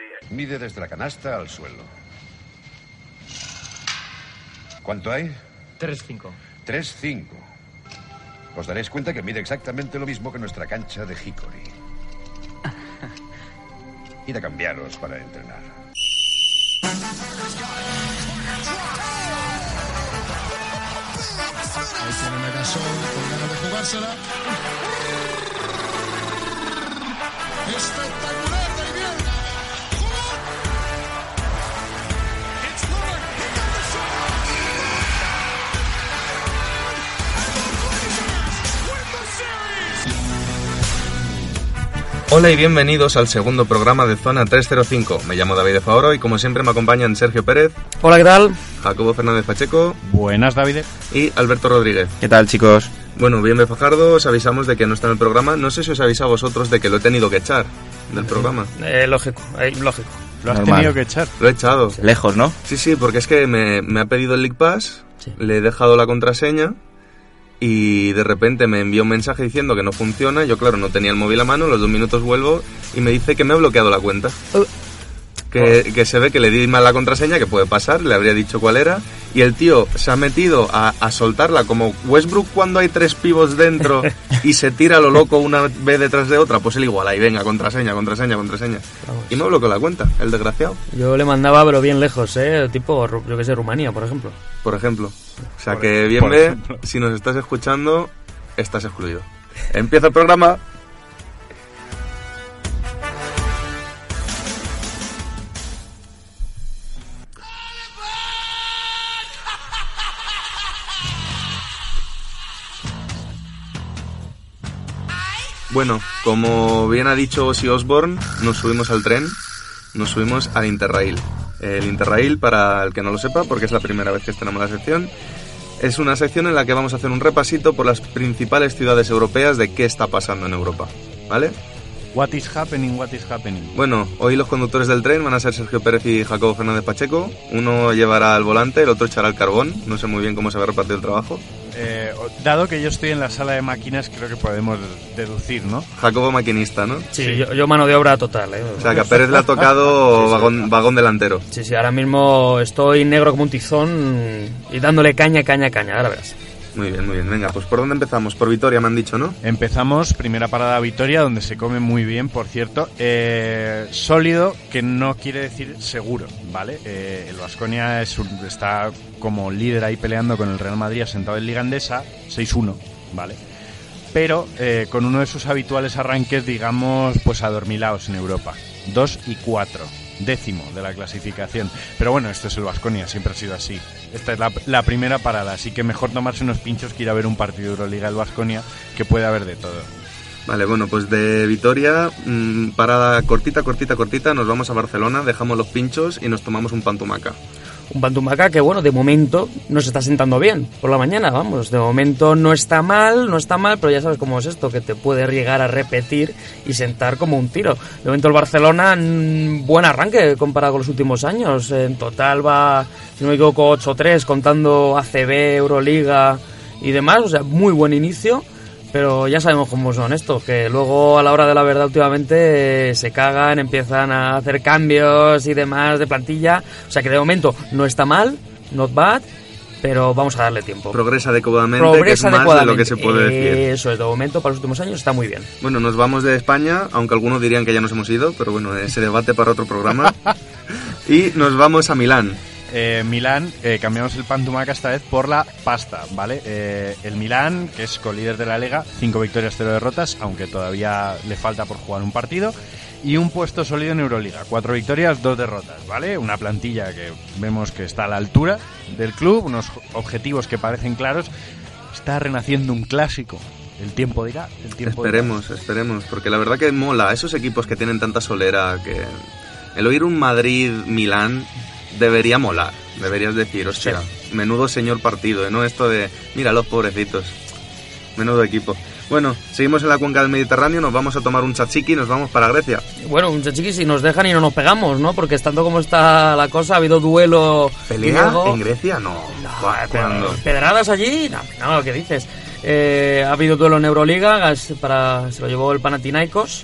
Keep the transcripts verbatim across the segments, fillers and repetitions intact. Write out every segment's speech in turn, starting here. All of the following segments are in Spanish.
Mide desde la canasta al suelo. ¿Cuánto hay? tres cinco. tres cinco. Os daréis cuenta que mide exactamente lo mismo que nuestra cancha de Hickory. Id a cambiaros para entrenar. Ahí tiene a Gasol con ganas de jugársela. Espectacular, David. ¡Jugó! It's Lillard. He got the shot. Hola y bienvenidos al segundo programa de Zona trescientos cinco. Me llamo David de Favoro y como siempre me acompañan Sergio Pérez. Hola, ¿qué tal? Jacobo Fernández Pacheco. Buenas, David. Y Alberto Rodríguez. ¿Qué tal, chicos? Bueno, bien de Fajardo, os avisamos de que no está en el programa. No sé si os avisa a vosotros de que lo he tenido que echar del programa. Eh, lógico, eh, lógico. Lo has Normal. tenido que echar. Lo he echado. Lejos, ¿no? Sí, sí, porque es que me, me ha pedido el League Pass, Sí. le he dejado la contraseña y de repente me envió un mensaje diciendo que no funciona. Yo, claro, no tenía el móvil a mano, los dos minutos vuelvo y me dice que me ha bloqueado la cuenta. Uh. Que, que se ve que le di mal la contraseña, que puede pasar, le habría dicho cuál era, y el tío se ha metido a, a soltarla como Westbrook cuando hay tres pibos dentro y se tira a lo loco una vez detrás de otra, pues él igual, ahí venga, contraseña, contraseña, contraseña. Vamos. Y me bloqueó la cuenta, el desgraciado, Yo le mandaba, pero bien lejos, ¿eh? Tipo, Ru- yo que sé, Rumanía, por ejemplo. por ejemplo. O sea Por que ej- bien por ve, ejemplo. si nos estás escuchando, estás excluido. Empieza el programa. Bueno, como bien ha dicho Ozzy Osbourne, nos subimos al tren, nos subimos al Interrail. El Interrail, para el que no lo sepa, porque es la primera vez que estrenamos la sección, es una sección en la que vamos a hacer un repasito por las principales ciudades europeas de qué está pasando en Europa, ¿vale? What is happening, what is happening. Bueno, hoy los conductores del tren van a ser Sergio Pérez y Jacobo Fernández Pacheco. Uno llevará el volante, el otro echará el carbón. No sé muy bien cómo se va a repartir el trabajo. Eh, dado que yo estoy en la sala de máquinas, creo que podemos deducir, ¿no? Jacobo maquinista, ¿no? Sí, Sí. Yo, yo mano de obra total, ¿eh? O sea, que a Pérez le ha tocado vagón, vagón delantero. Sí, sí, ahora mismo estoy negro como un tizón y dándole caña, caña, caña, ahora verás. Muy bien, muy bien. Venga, pues ¿por dónde empezamos? Por Vitoria, me han dicho, ¿no? Empezamos, primera parada Vitoria, donde se come muy bien, por cierto. Eh, sólido, que no quiere decir seguro, ¿vale? Eh, el Baskonia es un- está como líder ahí peleando con el Real Madrid asentado en Liga Endesa, seis uno, ¿vale? Pero eh, con uno de sus habituales arranques, digamos, pues adormilados en Europa. dos y cuatro, décimo de la clasificación. Pero bueno, esto es el Baskonia, siempre ha sido así. Esta es la, la primera parada, así que mejor tomarse unos pinchos que ir a ver un partido de Euroliga del Baskonia, que puede haber de todo. Vale, bueno, pues de Vitoria, mmm, parada cortita, cortita, cortita, nos vamos a Barcelona, dejamos los pinchos y nos tomamos un pan tumaca. Un Pantumaca que, bueno, de momento nos está sentando bien por la mañana, vamos. De momento no está mal, no está mal, pero ya sabes cómo es esto, que te puede llegar a repetir y sentar como un tiro. De momento el Barcelona, mm, buen arranque comparado con los últimos años. En total va, si no me equivoco, ocho tres, contando A C B, Euroliga y demás. O sea, muy buen inicio. Pero ya sabemos cómo son estos, que luego a la hora de la verdad últimamente eh, se cagan, empiezan a hacer cambios y demás de plantilla. O sea que de momento no está mal, not bad, pero vamos a darle tiempo. Progresa adecuadamente, Progresa que es más adecuadamente. de lo que se puede decir. Eso es, de momento para los últimos años está muy bien. Bueno, nos vamos de España, aunque algunos dirían que ya nos hemos ido, pero bueno, ese debate para otro programa. Y nos vamos a Milán. Eh, Milán, eh, cambiamos el pan tumaca esta vez por la pasta, ¿vale? Eh, el Milán, que es colíder de la Liga, cinco victorias, cero derrotas, aunque todavía le falta por jugar un partido, y un puesto sólido en Euroliga, cuatro victorias, dos derrotas, ¿vale? Una plantilla que vemos que está a la altura del club, unos objetivos que parecen claros. Está renaciendo un clásico. El tiempo dirá, el tiempo Esperemos, esperemos, porque la verdad que mola, esos equipos que tienen tanta solera, que el oír un Madrid-Milán debería molar, deberías decir, hostia, menudo señor partido, ¿eh? No esto de, mira los pobrecitos, menudo equipo. Bueno, seguimos en la cuenca del Mediterráneo, nos vamos a tomar un tzatziki y nos vamos para Grecia. Bueno, un chachiqui si nos dejan y no nos pegamos, ¿no? Porque estando como está la cosa, ha habido duelo... ¿Pelea griego. en Grecia? No. Buah, ¿cuándo? ¿Pedradas allí? No, no, ¿qué dices? Eh, ha habido duelo en Euroliga, gas- para, se lo llevó el Panathinaikos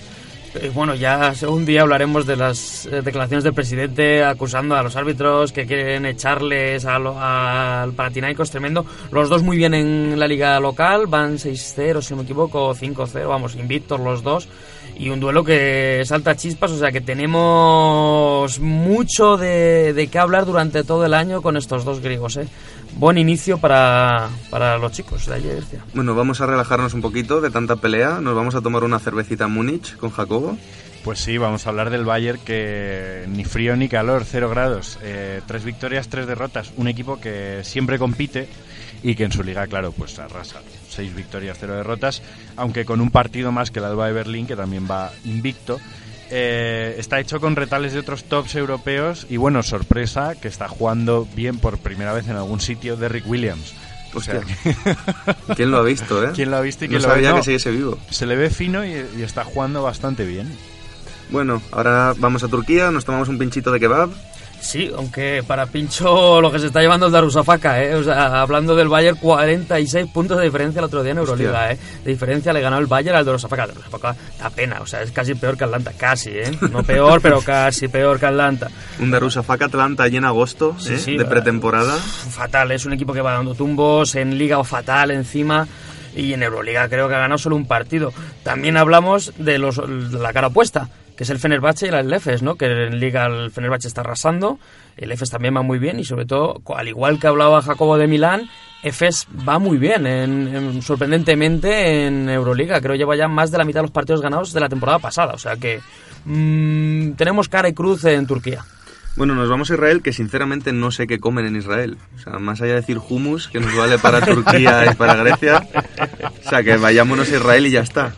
Eh, Bueno, ya un día hablaremos de las eh, declaraciones del presidente acusando a los árbitros que quieren echarles a lo- al Panathinaikos, tremendo. Los dos muy bien en la liga local, van seis cero si no me equivoco, cinco cero, vamos, invictos los dos. Y un duelo que salta chispas, o sea que tenemos mucho de, de qué hablar durante todo el año con estos dos griegos, ¿eh? Buen inicio para, para los chicos de ayer. Bueno, vamos a relajarnos un poquito de tanta pelea. Nos vamos a tomar una cervecita en Múnich con Jacobo. Pues sí, vamos a hablar del Bayern, que ni frío ni calor, cero grados, eh, tres victorias, tres derrotas, un equipo que siempre compite y que en su liga, claro, pues arrasa, seis victorias, cero derrotas, aunque con un partido más que el Alba de Berlín, que también va invicto. Eh, está hecho con retales de otros tops europeos y, bueno, sorpresa, que está jugando bien por primera vez en algún sitio Derrick Williams. O sea, Hostia. ¿Quién lo ha visto, eh? ¿quién lo ha visto y No quién lo ve? sabía No, que siguiese vivo. se le ve fino y, y está jugando bastante bien. Bueno, ahora vamos a Turquía, nos tomamos un pinchito de kebab. Sí, aunque para Pincho lo que se está llevando es Darusafaka, ¿eh? O sea, hablando del Bayern, cuarenta y seis puntos de diferencia el otro día en Euroliga, ¿eh? De diferencia le ganó el Bayern al Darusafaka. El Darusafaka da pena, o sea, es casi peor que Atlanta, casi, ¿eh? No peor, pero casi peor que Atlanta. Un Darusafaka Atlanta allí en agosto, Sí, ¿eh? sí, de pretemporada. Fatal, es un equipo que va dando tumbos, en Liga fatal encima, y en Euroliga creo que ha ganado solo un partido. También hablamos de, los, de la cara opuesta, que es el Fenerbahce y el Efes, ¿no? Que en Liga el Fenerbahce está arrasando, el Efes también va muy bien y sobre todo, al igual que hablaba Jacobo de Milán, Efes va muy bien, en, en, sorprendentemente en Euroliga, creo que lleva ya más de la mitad de los partidos ganados de la temporada pasada, o sea que mmm, tenemos cara y cruz en Turquía. Bueno, nos vamos a Israel, que sinceramente no sé qué comen en Israel. O sea, más allá de decir hummus, que nos vale para Turquía y para Grecia. O sea, que vayámonos a Israel y ya está.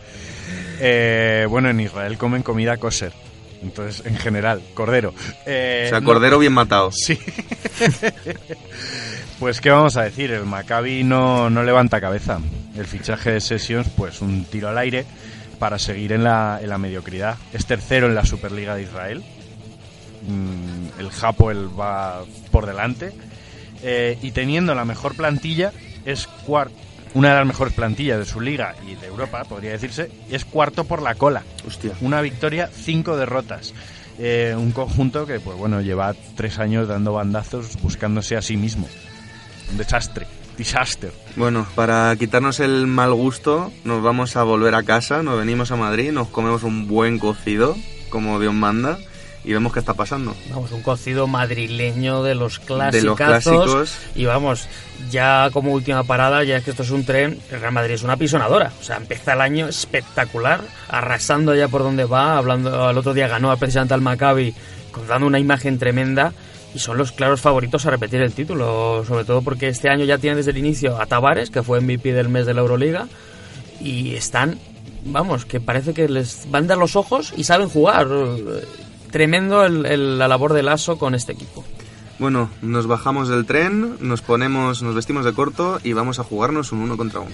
Eh, bueno, en Israel comen comida kosher. Entonces, en general, cordero. Eh, O sea, no- cordero bien matado. Sí. Pues, ¿qué vamos a decir? El Maccabi no, no levanta cabeza. El fichaje de Sessions, pues un tiro al aire para seguir en la, en la mediocridad. Es tercero en la Superliga de Israel. Mm, el Hapoel va por delante. Eh, y teniendo la mejor plantilla, es cuarto. Una de las mejores plantillas de su liga y de Europa, podría decirse, es cuarto por la cola. Hostia. Una victoria, cinco derrotas. Eh, un conjunto que, pues bueno, lleva tres años dando bandazos buscándose a sí mismo. Un desastre. Disaster. Bueno, para quitarnos el mal gusto, nos vamos a volver a casa, nos venimos a Madrid, nos comemos un buen cocido, como Dios manda, y vemos qué está pasando. Vamos, un cocido madrileño de los clásicos. De los clásicos. Y vamos, ya como última parada, ya es que esto es un tren, el Real Madrid es una pisonadora. O sea, empieza el año espectacular, arrasando ya por donde va, hablando, el otro día ganó precisamente al Maccabi, dando una imagen tremenda, y son los claros favoritos a repetir el título, sobre todo porque este año ya tienen desde el inicio a Tavares, que fue M V P del mes de la Euroliga, y están, vamos, que parece que les van a dar los ojos y saben jugar. Tremendo el, el, la labor del Lasso con este equipo. Bueno, nos bajamos del tren, nos ponemos, nos vestimos de corto y vamos a jugarnos un uno contra uno.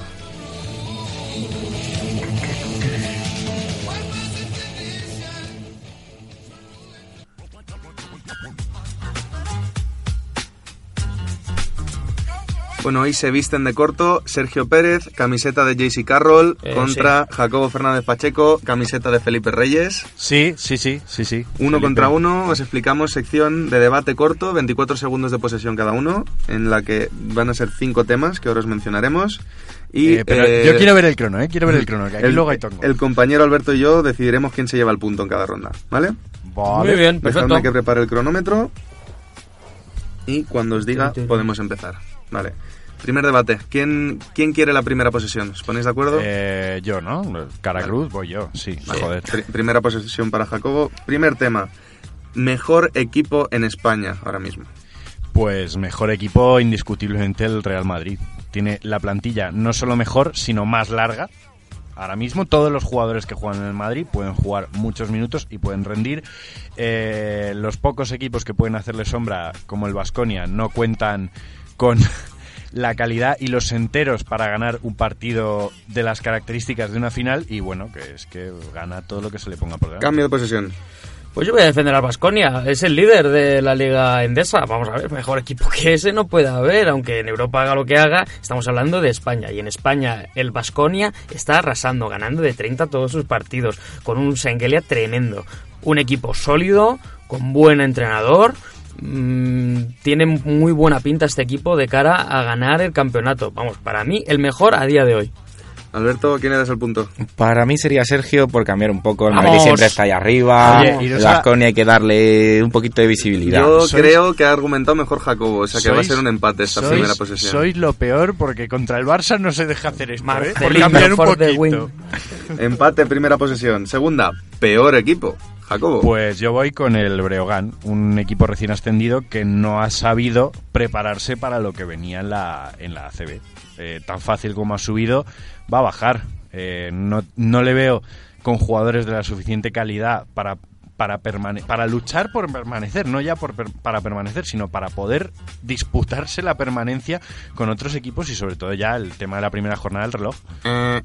Bueno, hoy se visten de corto Sergio Pérez, camiseta de J C Carroll, Eh, contra sí. Jacobo Fernández Pacheco, camiseta de Felipe Reyes. Sí, sí, sí, sí, sí. Uno Felipe. contra uno, os explicamos sección de debate corto, veinticuatro segundos de posesión cada uno, en la que van a ser cinco temas que ahora os mencionaremos. Y, Eh, pero eh, yo quiero ver el crono, ¿eh? Quiero ver el crono, que aquí el, luego hay tongo. el compañero Alberto y yo decidiremos quién se lleva el punto en cada ronda, ¿vale? Vale. Muy bien, perfecto. Dejadme que prepare el cronómetro y cuando os diga podemos empezar. Vale. Primer debate. ¿Quién, quién quiere la primera posesión? ¿Os ponéis de acuerdo? Eh, yo, ¿no? Cara Vale. cruz, voy yo, sí. Vale. Joder. Pri- primera posesión para Jacobo. Primer tema. Mejor equipo en España ahora mismo. Pues mejor equipo indiscutiblemente el Real Madrid. Tiene la plantilla no solo mejor, sino más larga. Ahora mismo todos los jugadores que juegan en el Madrid pueden jugar muchos minutos y pueden rendir. Eh, los pocos equipos que pueden hacerle sombra, como el Baskonia, no cuentan con la calidad y los enteros para ganar un partido de las características de una final. Y bueno, que es que gana todo lo que se le ponga por delante. Cambio de posesión. Pues yo voy a defender al Baskonia, es el líder de la Liga Endesa. Vamos a ver, mejor equipo que ese no puede haber, aunque en Europa haga lo que haga, estamos hablando de España. Y en España el Baskonia está arrasando, ganando de treinta todos sus partidos, con un Shengelia tremendo. Un equipo sólido, con buen entrenador. Mmm, tiene muy buena pinta este equipo de cara a ganar el campeonato. Vamos, para mí el mejor a día de hoy. Alberto, ¿quién le das el punto? Para mí sería Sergio, por cambiar un poco. El ¡Vamos! Madrid siempre está ahí arriba. Oye, El Baskonia hay que darle un poquito de visibilidad. Yo Sois- creo que ha argumentado mejor Jacobo, o sea que va a ser un empate esta sois- primera posesión. Sois lo peor porque contra el Barça no se deja hacer esto, ¿eh? Por Marcelino cambiar un for the poquito. win. Empate, primera posesión. Segunda, peor equipo. Jacobo. Pues yo voy con el Breogán, un equipo recién ascendido que no ha sabido prepararse para lo que venía en la, en la A C B. Eh, tan fácil como ha subido, va a bajar. Eh, no, no le veo con jugadores de la suficiente calidad para para permane- para luchar por permanecer, no ya por per- para permanecer, sino para poder disputarse la permanencia con otros equipos y sobre todo ya el tema de la primera jornada del reloj. Eh,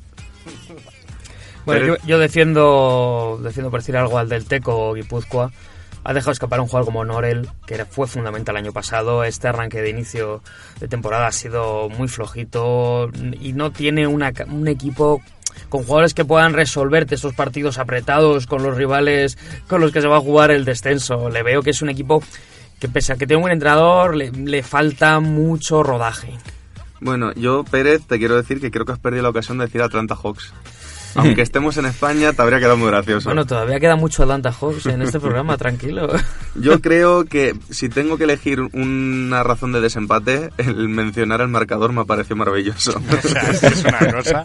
Bueno, Pero- yo, yo defiendo, defiendo por decir algo al del Teco Guipúzcoa. Ha dejado escapar a un jugador como Norel, que era- fue fundamental el año pasado. Este arranque de inicio de temporada ha sido muy flojito y no tiene una, ca- un equipo con jugadores que puedan resolverte esos partidos apretados con los rivales con los que se va a jugar el descenso. Le veo que es un equipo que, pese a que tiene un buen entrenador, le, le falta mucho rodaje. bueno, yo, Pérez, te quiero decir que creo que has perdido la ocasión de decir Atlanta Hawks. Aunque estemos en España, te habría quedado muy gracioso. Bueno, todavía queda mucho Atlanta Hawks en este programa, tranquilo. Yo creo que si tengo que elegir una razón de desempate, el mencionar el marcador me pareció maravilloso. O sea, es que es una cosa.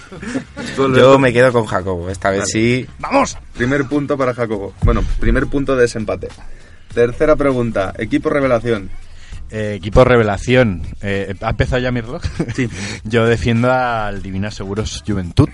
Tú, Alberto. Yo me quedo con Jacobo, esta vez Vale. sí. ¡Vamos! Primer punto para Jacobo. Bueno, primer punto de desempate. Tercera pregunta, equipo revelación. Eh, equipo revelación. Eh, ¿Ha empezado ya mi reloj? Sí. Yo defiendo al Divina Seguros Juventud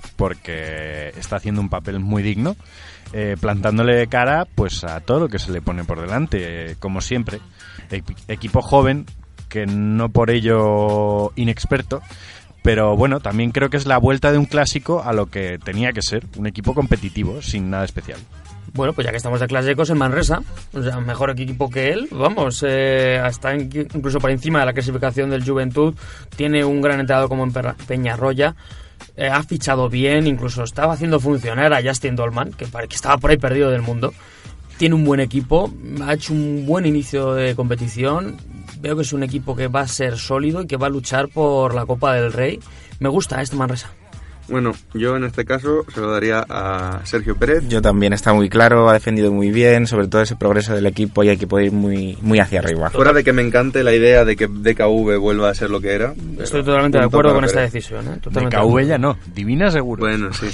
porque está haciendo un papel muy digno, eh, plantándole cara pues a todo lo que se le pone por delante, eh, como siempre. Equi- equipo joven, que no por ello inexperto, pero bueno, también creo que es la vuelta de un clásico a lo que tenía que ser, un equipo competitivo, sin nada especial. Bueno, pues ya que estamos de clásicos en Manresa, o sea, mejor equipo que él, vamos, eh, hasta en- incluso por encima de la clasificación del Juventud, tiene un gran entrenador como en Perra- Peñarroya, eh, ha fichado bien, incluso estaba haciendo funcionar a Justin Dolman, que, pare- que estaba por ahí perdido del mundo, tiene un buen equipo, ha hecho un buen inicio de competición, veo que es un equipo que va a ser sólido y que va a luchar por la Copa del Rey, me gusta este Manresa. Bueno, yo en este caso se lo daría a Sergio Pérez. Yo también, está muy claro, ha defendido muy bien, sobre todo ese progreso del equipo y hay que poder ir muy, muy hacia arriba. Fuera de que me encante la idea de que D K V vuelva a ser lo que era. Estoy totalmente de punto acuerdo para con esta Pérez. decisión. ¿eh? De Totalmente K V acuerdo. ya no, Divina Seguros. Bueno, sí.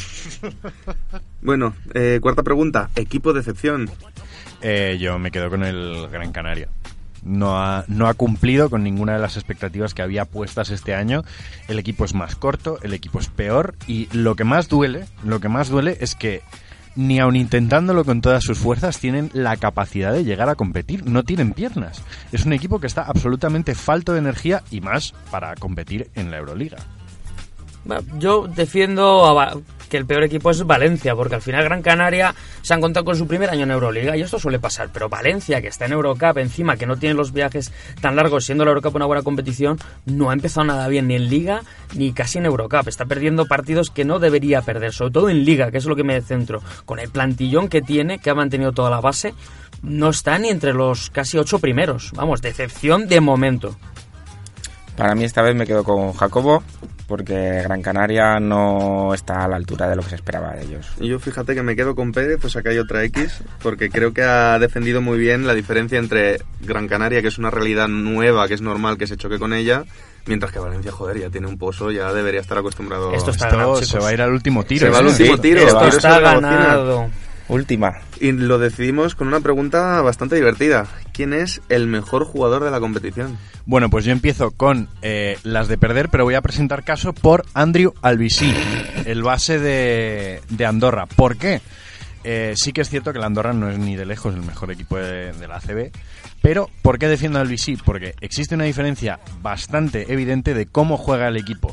Bueno, eh, cuarta pregunta, equipo decepción. Eh, yo me quedo con el Gran Canaria. No ha, no ha cumplido con ninguna de las expectativas que había puestas este año. El equipo es más corto, el equipo es peor y lo que más duele, lo que más duele es que ni aun intentándolo con todas sus fuerzas tienen la capacidad de llegar a competir, no tienen piernas. Es un equipo que está absolutamente falto de energía y más para competir en la Euroliga. Bueno, yo defiendo a Va- que el peor equipo es Valencia, porque al final Gran Canaria se han contado con su primer año en Euroliga y esto suele pasar, pero Valencia, que está en Eurocup encima, que no tiene los viajes tan largos, siendo la Eurocup una buena competición, no ha empezado nada bien ni en Liga ni casi en Eurocup, está perdiendo partidos que no debería perder, sobre todo en Liga, que es lo que me centro, con el plantillón que tiene, que ha mantenido toda la base, no está ni entre los casi ocho primeros, vamos, decepción de momento. Para mí esta vez me quedo con Jacobo, porque Gran Canaria no está a la altura de lo que se esperaba de ellos. Y yo fíjate que me quedo con Pérez, o sea que hay otra X, porque creo que ha defendido muy bien la diferencia entre Gran Canaria, que es una realidad nueva, que es normal que se choque con ella, mientras que Valencia, joder, ya tiene un pozo, ya debería estar acostumbrado. Esto está Esto ganado, se chicos. va a ir al último tiro. Se va al ¿eh? último Sí, tiro, se va. tiro Esto sobre está la bocina. ganado. Última. Y lo decidimos con una pregunta bastante divertida. ¿Quién es el mejor jugador de la competición? Bueno, pues yo empiezo con eh, las de perder, pero voy a presentar caso por Andrew Albisí, el base de, de Andorra. ¿Por qué? Eh, sí que es cierto que la Andorra no es ni de lejos el mejor equipo de, de la A C B, pero ¿por qué defiendo al Albisí? Porque existe una diferencia bastante evidente de cómo juega el equipo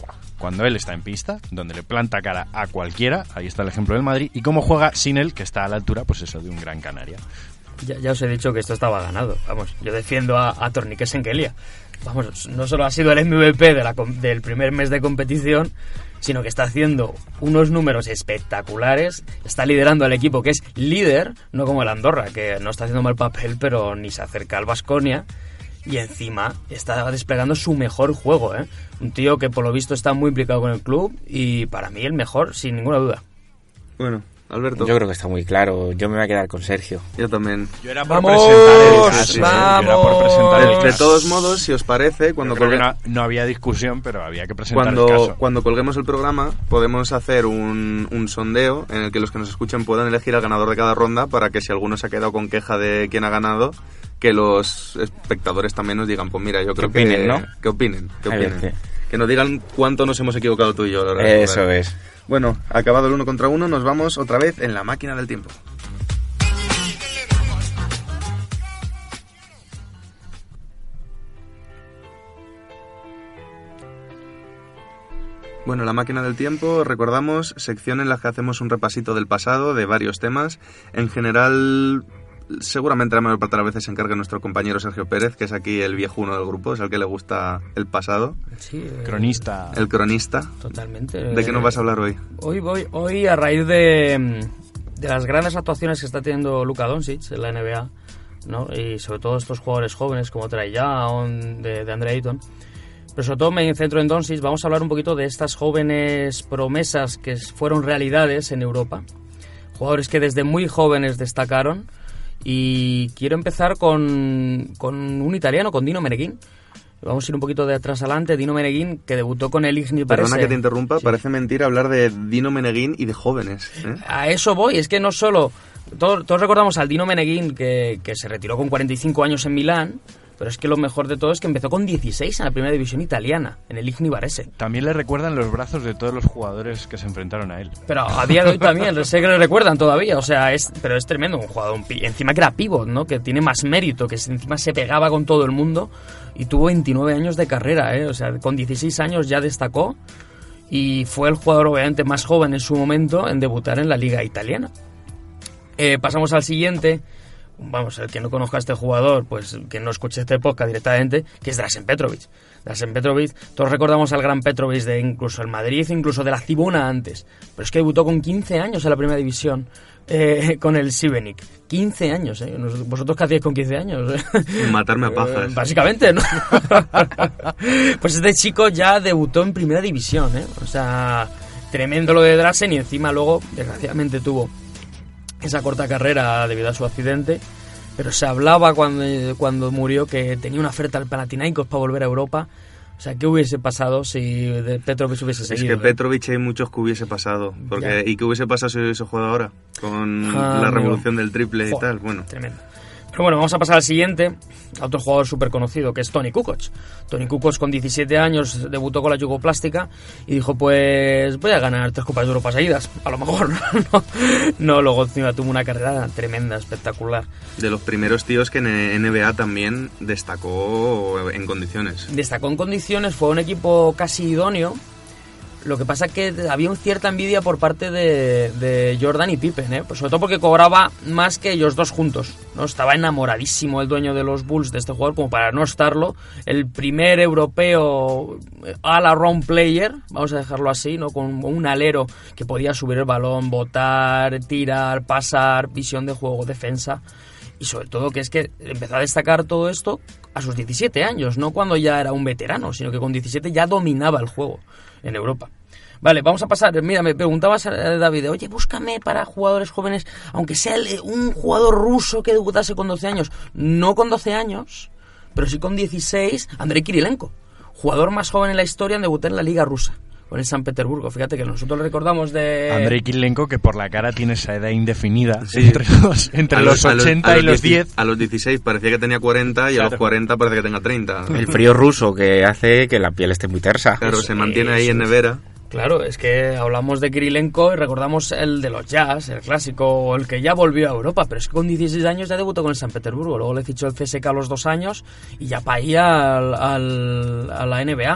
cuando él está en pista, donde le planta cara a cualquiera, ahí está el ejemplo del Madrid, y cómo juega sin él, que está a la altura, pues eso, de un Gran Canaria. Ya, ya os he dicho que esto estaba ganado. Vamos, yo defiendo a, a Torniquet Shengelia. Vamos, no solo ha sido el M V P de la, del primer mes de competición, sino que está haciendo unos números espectaculares, está liderando al equipo que es líder, no como el Andorra, que no está haciendo mal papel, pero ni se acerca al Baskonia, y encima está desplegando su mejor juego, ¿eh? Un tío que por lo visto está muy implicado con el club, y para mí el mejor, sin ninguna duda. Bueno, Alberto. Yo creo que está muy claro. Yo me voy a quedar con Sergio. Yo también. Yo era por ¡Vamos! presentar el caso. ¡Vamos! Yo era por presentar el De, de caso. todos modos, si os parece, cuando, Yo creo que colgue- no, no había discusión, pero había que presentar el cuando, caso. cuando colguemos el programa, podemos hacer un, un sondeo en el que los que nos escuchen puedan elegir al ganador de cada ronda, para que si alguno se ha quedado con queja de quién ha ganado, que los espectadores también nos digan, pues mira, yo creo opinen, que... ¿no? Que opinen, que A ver, opinen. sí. Que nos digan cuánto nos hemos equivocado tú y yo a la hora de Eso jugar. es. Bueno, acabado el uno contra uno, nos vamos otra vez en la máquina del tiempo. Bueno, la máquina del tiempo, recordamos, sección en la que hacemos un repasito del pasado de varios temas. En general, seguramente la mayor parte de las veces se encarga nuestro compañero Sergio Pérez, que es aquí el viejuno del grupo, es el que le gusta el pasado, Sí, eh, Cronista. el cronista. totalmente. ¿De qué nos vas a hablar hoy? Hoy voy, hoy a raíz de, de las grandes actuaciones que está teniendo Luka Doncic en la N B A, ¿no? Y sobre todo estos jugadores jóvenes como Trae Young, de, de Andre Ayton. Pero sobre todo me centro en Doncic. Vamos a hablar un poquito de estas jóvenes promesas que fueron realidades en Europa. Jugadores que desde muy jóvenes destacaron. Y quiero empezar con, con un italiano, con Dino Meneghin. Vamos a ir un poquito de atrás adelante. Dino Meneghin, que debutó con el Ignis Perdona Varese. que te interrumpa, Sí. parece mentira hablar de Dino Meneghin y de jóvenes, ¿eh? A eso voy, es que no solo... Todos, todos recordamos al Dino Meneghin que, que se retiró con cuarenta y cinco años en Milán, pero es que lo mejor de todo es que empezó con dieciséis en la primera división italiana, en el Ignis Varese. También le recuerdan los brazos de todos los jugadores que se enfrentaron a él. Pero a día de hoy también, sé que le recuerdan todavía, o sea, es, pero es tremendo, un jugador, un pi- encima que era pivot, ¿no? Que tiene más mérito, que se- encima se pegaba con todo el mundo y tuvo veintinueve años de carrera, ¿eh? O sea, con dieciséis años ya destacó y fue el jugador obviamente más joven en su momento en debutar en la liga italiana. Eh, pasamos al siguiente. Vamos, el que no conozca a este jugador, pues que no escuche este podcast directamente, que es Dražen Petrovic. Dražen Petrovic, todos recordamos al gran Petrovic de incluso el Madrid, incluso de la Cibona antes, pero es que debutó con quince años en la primera división eh, con el Šibenik. quince años, ¿eh? ¿Vosotros qué hacíais con quince años? Matarme a Eh, pajas. básicamente, ¿no? Pues este chico ya debutó en primera división, ¿eh? O sea, tremendo lo de Dražen y encima luego, desgraciadamente, tuvo esa corta carrera debido a su accidente, pero se hablaba cuando, cuando murió que tenía una oferta al Panathinaikos para volver a Europa. O sea, ¿qué hubiese pasado si de Petrovic hubiese Es seguido? que Petrovic hay muchos que hubiese pasado. Porque, Ya. ¿y qué hubiese pasado si hubiese jugado ahora? Con Ah, la amigo. revolución del triple y Joder, tal. Bueno, tremendo. Pero bueno, vamos a pasar al siguiente, a otro jugador súper conocido, que es Toni Kukoc. Toni Kukoc con diecisiete años debutó con la Yugoplástica y dijo, pues voy a ganar tres Copas de Europa seguidas. A lo mejor, no, no, luego encima tuvo una carrera tremenda, espectacular. de los primeros tíos que en N B A también destacó en condiciones. Destacó en condiciones, fue un equipo casi idóneo. Lo que pasa es que había una cierta envidia por parte de, de Jordan y Pippen, ¿eh? Pues sobre todo porque cobraba más que ellos dos juntos, ¿no? Estaba enamoradísimo el dueño de los Bulls de este jugador, como para no estarlo. El primer europeo all-around player, vamos a dejarlo así, ¿no? Con un alero que podía subir el balón, botar, tirar, pasar, visión de juego, defensa. Y sobre todo que es que empezó a destacar todo esto a sus diecisiete años, no cuando ya era un veterano, sino que con diecisiete ya dominaba el juego en Europa. Vale, vamos a pasar. Mira, me preguntabas, David, oye, búscame para jugadores jóvenes, aunque sea el- un jugador ruso que debutase con doce años. No con doce años, pero sí con dieciséis, Andrei Kirilenko, jugador más joven en la historia en debutar en la Liga Rusa, con el San Petersburgo. Fíjate que nosotros le recordamos de... Andrei Kirilenko, que por la cara tiene esa edad indefinida, Sí. entre los, entre A los a ochenta a y los dieci- diez. A los dieciséis parecía que tenía cuarenta y a Claro. los cuarenta parece que tenga treinta. El frío ruso que hace que la piel esté muy tersa. Claro, Eso se mantiene ahí es. en nevera. Claro, es que hablamos de Kirilenko y recordamos el de los Jazz, el clásico, o el que ya volvió a Europa, pero es que con dieciséis años ya debutó con el San Petersburgo, luego le fichó el C S K a los dos años y ya para ir al, al- a la N B A.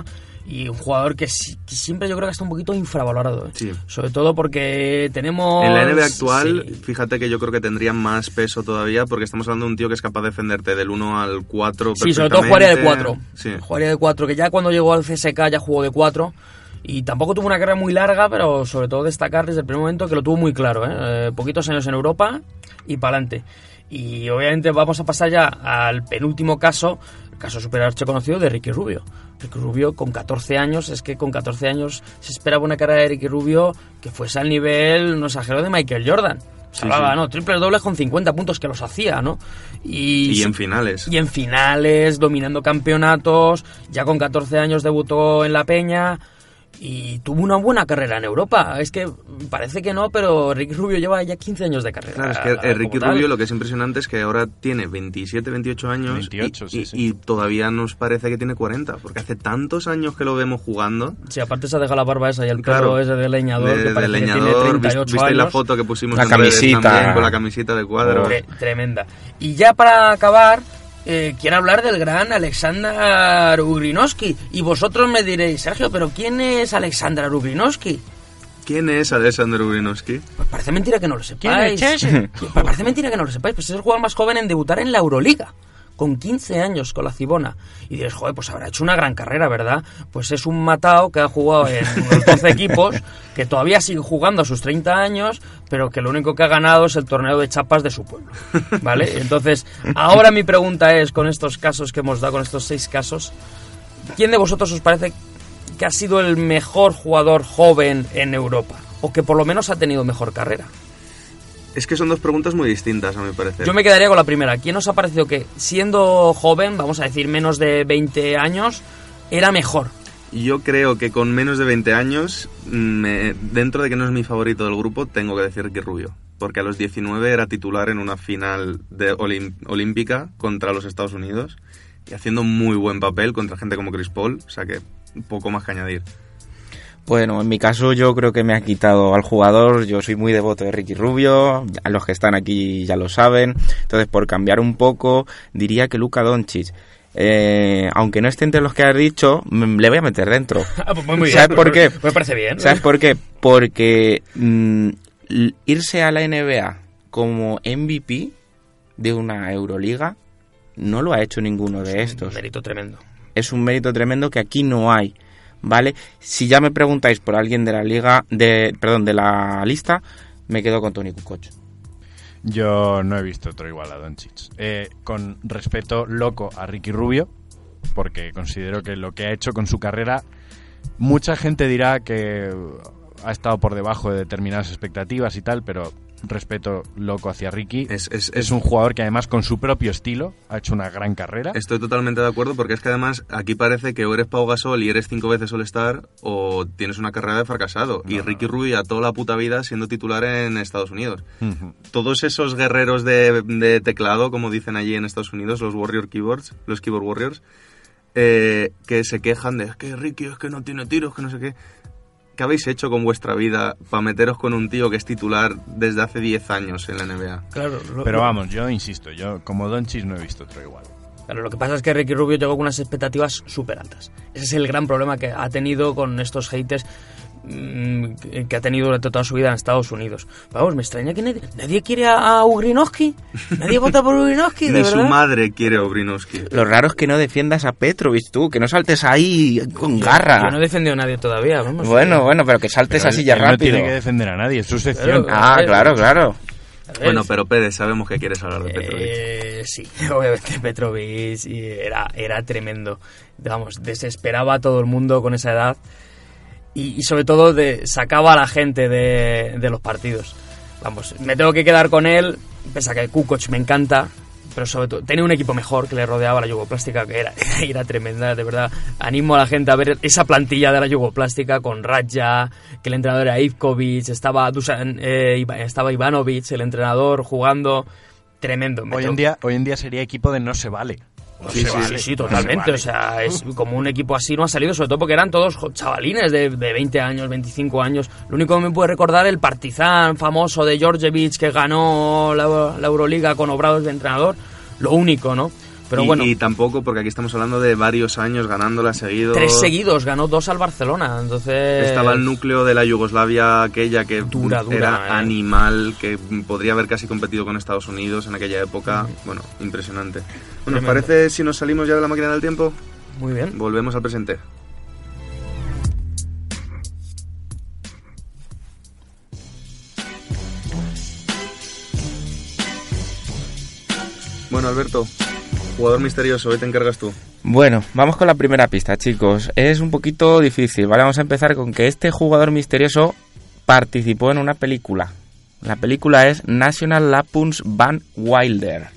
y un jugador que, si, que siempre yo creo que está un poquito infravalorado, ¿eh? Sí. Sobre todo porque tenemos... En la N B A actual, sí. fíjate que yo creo que tendría más peso todavía, porque estamos hablando de un tío que es capaz de defenderte del uno al cuatro Sí, sobre todo jugaría de cuatro. Sí. Jugaría de cuatro, que ya cuando llegó al C S K ya jugó de cuatro. Y tampoco tuvo una carrera muy larga, pero sobre todo destacar desde el primer momento que lo tuvo muy claro, ¿eh? Eh, poquitos años en Europa y para adelante. Y obviamente vamos a pasar ya al penúltimo caso, el caso súper archiconocido de Ricky Rubio. Ricky Rubio con catorce años, es que con catorce años se esperaba una carrera de Ricky Rubio que fuese al nivel, no exagero, de Michael Jordan. Se Sí, hablaba, sí. ¿no? Triples dobles con cincuenta puntos que los hacía, ¿no? Y, Y en finales. Y en finales, dominando campeonatos, ya con catorce años debutó en La Peña y tuvo una buena carrera en Europa. Es que parece que no, pero Ricky Rubio lleva ya quince años de carrera. Claro, es que eh, Ricky como tal. Rubio lo que es impresionante es que ahora tiene veintisiete, veintiocho años veintiocho, y, sí, y- sí. y todavía nos parece que tiene cuarenta, porque hace tantos años que lo vemos jugando. Sí, aparte se ha dejado la barba esa y el Claro, pelo ese de leñador, de, que de parece que leñador. tiene ¿Viste- treinta y ocho ¿Visteis años. la foto que pusimos La en redes camisita. también, con la camiseta de cuadros? Tre- tremenda. Y ya para acabar, eh, quiero hablar del gran Alexander Ugrinovsky. Y vosotros me diréis, Sergio, ¿pero quién es Alexander Ugrinovsky? ¿Quién es Alexander Ugrinovsky? Pues parece mentira que no lo ¿Quién sepáis. es ese? Pues parece mentira que no lo sepáis. Pues es el jugador más joven en debutar en la Euroliga, con quince años con la Cibona. Y diréis, joder, pues habrá hecho una gran carrera, ¿verdad? Pues es un matao que ha jugado en unos doce equipos, que todavía sigue jugando a sus treinta años, pero que lo único que ha ganado es el torneo de chapas de su pueblo, ¿vale? Entonces, ahora mi pregunta es, con estos casos que hemos dado, con estos seis casos, ¿quién de vosotros os parece que ha sido el mejor jugador joven en Europa? O que por lo menos ha tenido mejor carrera. Es que son dos preguntas muy distintas, a mi parecer. Yo me quedaría con la primera. ¿Quién os ha parecido que, siendo joven, vamos a decir menos de veinte años, era mejor? Yo creo que con menos de veinte años, me- dentro de que no es mi favorito del grupo, tengo que decir que Rubio. Porque a los diecinueve era titular en una final de olim- olímpica contra los Estados Unidos y haciendo muy buen papel contra gente como Chris Paul, o sea que poco más que añadir. Bueno, en mi caso yo creo que me ha quitado al jugador. Yo soy muy devoto de Ricky Rubio, a los que están aquí ya lo saben. Entonces, por cambiar un poco, diría que Luka Doncic. Eh, aunque no esté entre los que has dicho, m- le voy a meter dentro. Ah, pues muy, muy ¿Sabes bien. por qué? Me parece bien. ¿Sabes por qué? Porque mm, l- irse a la N B A como M V P de una Euroliga no lo ha hecho ninguno de estos. Mérito tremendo. Es un mérito tremendo que aquí no hay, ¿vale? Si ya me preguntáis por alguien de la liga, de perdón, de la lista, me quedo con Toni Kukoc. Yo no he visto otro igual a Doncic. Eh, con respeto loco a Ricky Rubio, porque considero que lo que ha hecho con su carrera, mucha gente dirá que ha estado por debajo de determinadas expectativas y tal, pero respeto loco hacia Ricky. Es, es, Es un jugador que además con su propio estilo ha hecho una gran carrera. Estoy totalmente de acuerdo porque es que además aquí parece que o eres Pau Gasol y eres cinco veces All-Star o tienes una carrera de fracasado. Y Ricky Rubio a toda la puta vida siendo titular en Estados Unidos. Ujú. Todos esos guerreros de, de teclado, como dicen allí en Estados Unidos, los Warrior Keyboards, los Keyboard Warriors, eh, que se quejan de es que Ricky es que no tiene tiros, que no sé qué. ¿Qué habéis hecho con vuestra vida para meteros con un tío que es titular desde hace diez años en la N B A? Claro, lo, Pero lo- vamos, yo insisto, yo como Doncic no he visto otro igual. Claro, lo que pasa es que Ricky Rubio llegó con unas expectativas súper altas. Ese es el gran problema que ha tenido con estos haters mmm, que, que ha tenido durante toda su vida en Estados Unidos. Vamos, me extraña que nadie, nadie quiere a, a Ugrinovsky. Nadie vota por Ugrinovsky, de Ni su verdad. madre quiere a Ugrinovsky. Lo raro es que no defiendas a Petrovic tú, que no saltes ahí con garra. Yo no he defendido a nadie todavía, vamos. Bueno, bueno, pero que saltes Pero así él- ya él rápido. No tiene que defender a nadie, es su sección. Claro. Ah, claro, claro. A ver, Bueno, pero Pérez, sabemos que quieres hablar de Petrovic. Eh, sí, obviamente Petrovic y era, era tremendo. Vamos, desesperaba a todo el mundo con esa edad y, y sobre todo de, sacaba a la gente de, de los partidos. Vamos, me tengo que quedar con él, pese a que Kukoc me encanta, pero sobre todo tenía un equipo mejor que le rodeaba la Yugoplástica, que era, era tremenda, de verdad. Animo a la gente a ver esa plantilla de la Yugoplástica con Radja, que el entrenador era Ivkovic, estaba, Dusan, eh, Iva- estaba Ivanovic, el entrenador, jugando. Tremendo. Me Hoy tengo- en día, hoy en día sería equipo de no se vale. No Sí, se sí, vale, sí, sí, no se totalmente. vale. O sea, es como un equipo así no ha salido, sobre todo porque eran todos jo- chavalines de, de veinte años, veinticinco años. Lo único que me puede recordar el Partizan famoso de Djordjevic que ganó la, la Euroliga con Obrados de entrenador. Lo único, ¿no? Pero y, bueno. y tampoco, porque aquí estamos hablando de varios años ganándola seguidos. Tres seguidos, ganó dos al Barcelona, entonces... Estaba el núcleo de la Yugoslavia aquella que Dura, dura, era eh. animal, que podría haber casi competido con Estados Unidos en aquella época. Mm. Bueno, impresionante. Bueno, ¿os parece si nos salimos ya de la máquina del tiempo? Muy bien. Volvemos al presente. Bueno, Alberto, jugador misterioso, hoy te encargas tú. Bueno, vamos con la primera pista, chicos. Es un poquito difícil, ¿vale? Vamos a empezar con que este jugador misterioso participó en una película. La película es National Lampoon's Van Wilder.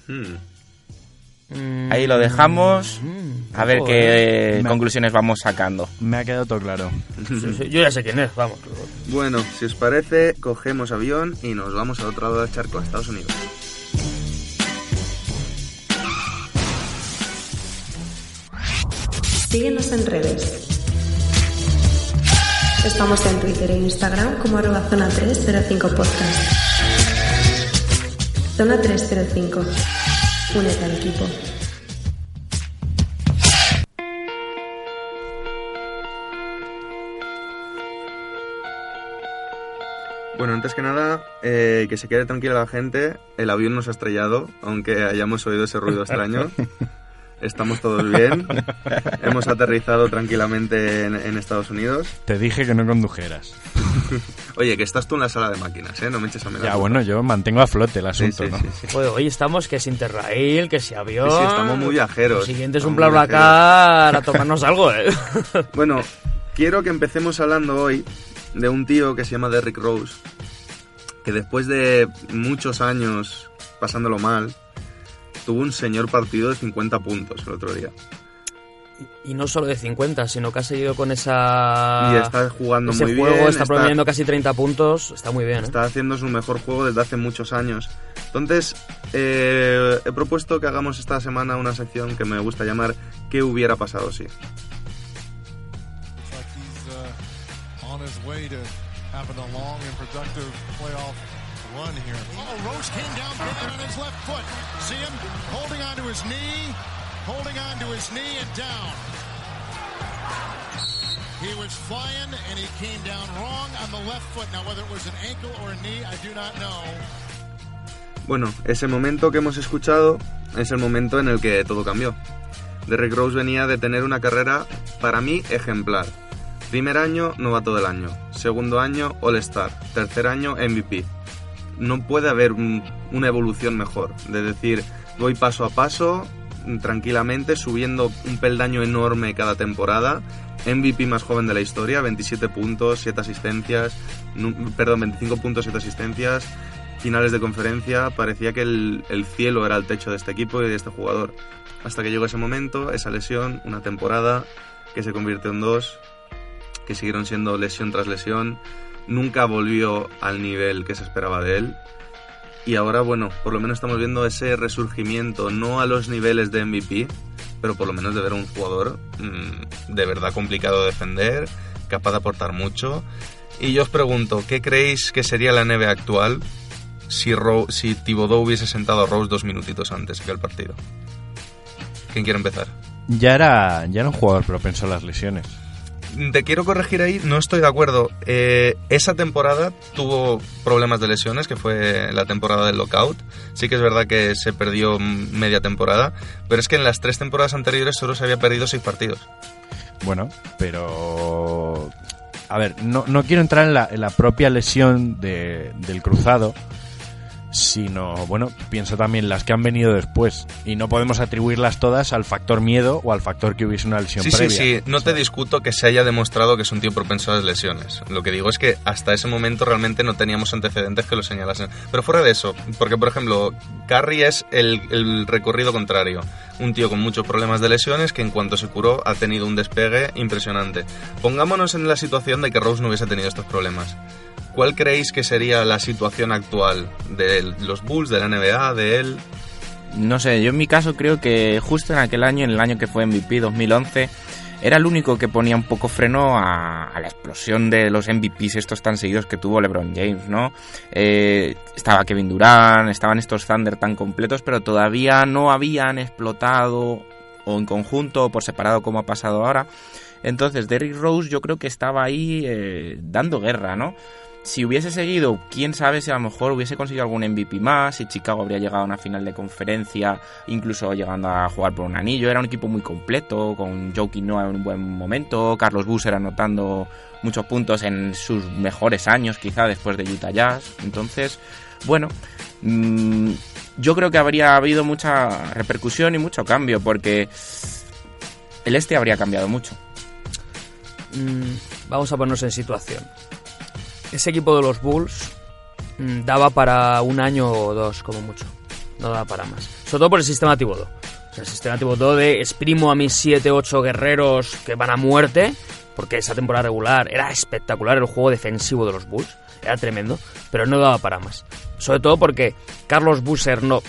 Hmm. Ahí lo dejamos. A ver qué me conclusiones vamos sacando. Me ha quedado todo claro. Sí, sí, yo ya sé quién es, vamos. Bueno, si os parece, cogemos avión y nos vamos al otro lado del charco, a Estados Unidos. Síguenos en redes. Estamos en Twitter e Instagram como arroba zona tres cero cinco podcast. Zona tres cero cinco. Únete al equipo. Bueno, antes que nada, eh, que se quede tranquila la gente. El avión nos ha estrellado, aunque hayamos oído ese ruido extraño. Estamos todos bien. Hemos aterrizado tranquilamente en, en Estados Unidos. Te dije que no condujeras. Oye, que estás tú en la sala de máquinas, ¿eh? No me eches a mí la Ya, culpa. bueno, yo mantengo a flote el asunto, sí, sí, ¿no? Sí, sí. Pues hoy estamos que es Interrail, que si avión... Sí, sí, estamos muy viajeros. Lo siguiente es Estamos un BlaBlaCar a tomarnos algo, ¿eh? Bueno, quiero que empecemos hablando hoy de un tío que se llama Derrick Rose, que después de muchos años pasándolo mal, tuvo un señor partido de cincuenta puntos el otro día. Y, y no solo de cincuenta, sino que ha seguido con esa... Y está jugando ese muy juego, bien. está promediando casi treinta puntos, está muy bien. Está ¿eh? haciendo su mejor juego desde hace muchos años. Entonces, eh, he propuesto que hagamos esta semana una sección que me gusta llamar ¿Qué hubiera pasado si? Run here. Oh, Rose came down big on his left foot. See him holding onto his knee, holding onto his knee and down. He was flying and he came down wrong on the left foot. Now, whether it was an ankle or a knee, I do not know. Bueno, ese momento que hemos escuchado es el momento en el que todo cambió. Derrick Rose venía de tener una carrera, para mí, ejemplar. Primer año, novato del año. Segundo año, All-Star. Tercer año, M V P. No puede haber un, una evolución mejor. De decir, voy paso a paso, tranquilamente, subiendo un peldaño enorme cada temporada. M V P más joven de la historia, veintisiete puntos, siete asistencias, no, perdón, veinticinco puntos, siete asistencias. Finales de conferencia, parecía que el, el cielo era el techo de este equipo y de este jugador. Hasta que llegó ese momento, esa lesión, una temporada que se convirtió en dos, que siguieron siendo lesión tras lesión. Nunca volvió al nivel que se esperaba de él. Y ahora, bueno, por lo menos estamos viendo ese resurgimiento, no a los niveles de M V P, pero por lo menos de ver a un jugador mmm, de verdad complicado de defender, capaz de aportar mucho. Y yo os pregunto, ¿qué creéis que sería la N B A actual si, Ro- si Thibodeau hubiese sentado a Rose dos minutitos antes que el partido? ¿Quién quiere empezar? Ya era, ya era un jugador propenso a las lesiones. Te quiero corregir ahí, no estoy de acuerdo. Eh, esa temporada tuvo problemas de lesiones, que fue la temporada del lockout. Sí que es verdad que se perdió media temporada, pero es que en las tres temporadas anteriores solo se había perdido seis partidos. Bueno, pero... A ver, no, no quiero entrar en la, en la propia lesión de, del cruzado, sino, bueno, pienso también las que han venido después, y no podemos atribuirlas todas al factor miedo o al factor que hubiese una lesión sí, previa. Sí, sí, no te discuto que se haya demostrado que es un tío propenso a las lesiones. Lo que digo es que hasta ese momento realmente no teníamos antecedentes que lo señalasen. Pero fuera de eso, porque por ejemplo, Curry es el, el recorrido contrario. Un tío con muchos problemas de lesiones que en cuanto se curó ha tenido un despegue impresionante. Pongámonos en la situación de que Rose no hubiese tenido estos problemas. ¿Cuál creéis que sería la situación actual de los Bulls, de la N B A, de él? No sé, yo en mi caso creo que justo en aquel año, en el año que fue M V P, dos mil once, era el único que ponía un poco freno a, a la explosión de los M V Pes estos tan seguidos que tuvo LeBron James, ¿no? Eh, estaba Kevin Durant, estaban estos Thunder tan completos, pero todavía no habían explotado o en conjunto o por separado como ha pasado ahora. Entonces Derrick Rose yo creo que estaba ahí eh, dando guerra, ¿no? Si hubiese seguido, quién sabe si a lo mejor hubiese conseguido algún M V P más, si Chicago habría llegado a una final de conferencia, incluso llegando a jugar por un anillo. Era un equipo muy completo, con Jokic Noah en un buen momento, Carlos Boozer anotando muchos puntos en sus mejores años, quizá después de Utah Jazz. Entonces, bueno, mmm, yo creo que habría habido mucha repercusión y mucho cambio, porque el este habría cambiado mucho. Mm, vamos a ponernos en situación. Ese equipo de los Bulls mmm, daba para un año o dos, como mucho. No daba para más. Sobre todo por el sistema Thibodeau. O sea, el sistema Thibodeau de exprimo a mis siete ocho guerreros que van a muerte, porque esa temporada regular era espectacular el juego defensivo de los Bulls. Era tremendo, pero no daba para más. Sobre todo porque Carlos Boozer no,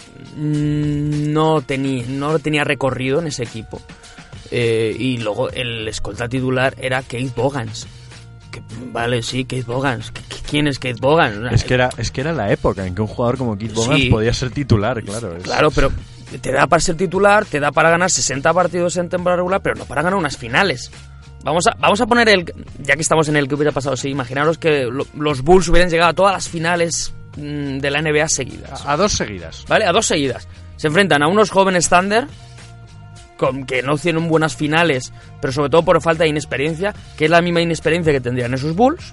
no, tenía, no tenía recorrido en ese equipo. Eh, y luego el escolta titular era Keith Bogans. Que, vale, sí, Keith Bogans. ¿Quién es Keith Bogans? Es que era, es que era la época en que un jugador como Keith Bogans sí, podía ser titular, claro. Es... Claro, pero te da para ser titular, te da para ganar sesenta partidos en temporada regular, pero no para ganar unas finales. Vamos a, vamos a poner el... Ya que estamos en el que hubiera pasado, sí, imaginaros que lo, los Bulls hubieran llegado a todas las finales mmm, de la N B A seguidas. A, a dos seguidas. ¿Vale? A dos seguidas. Se enfrentan a unos jóvenes Thunder con que no hicieron buenas finales, pero sobre todo por falta de inexperiencia, que es la misma inexperiencia que tendrían esos Bulls,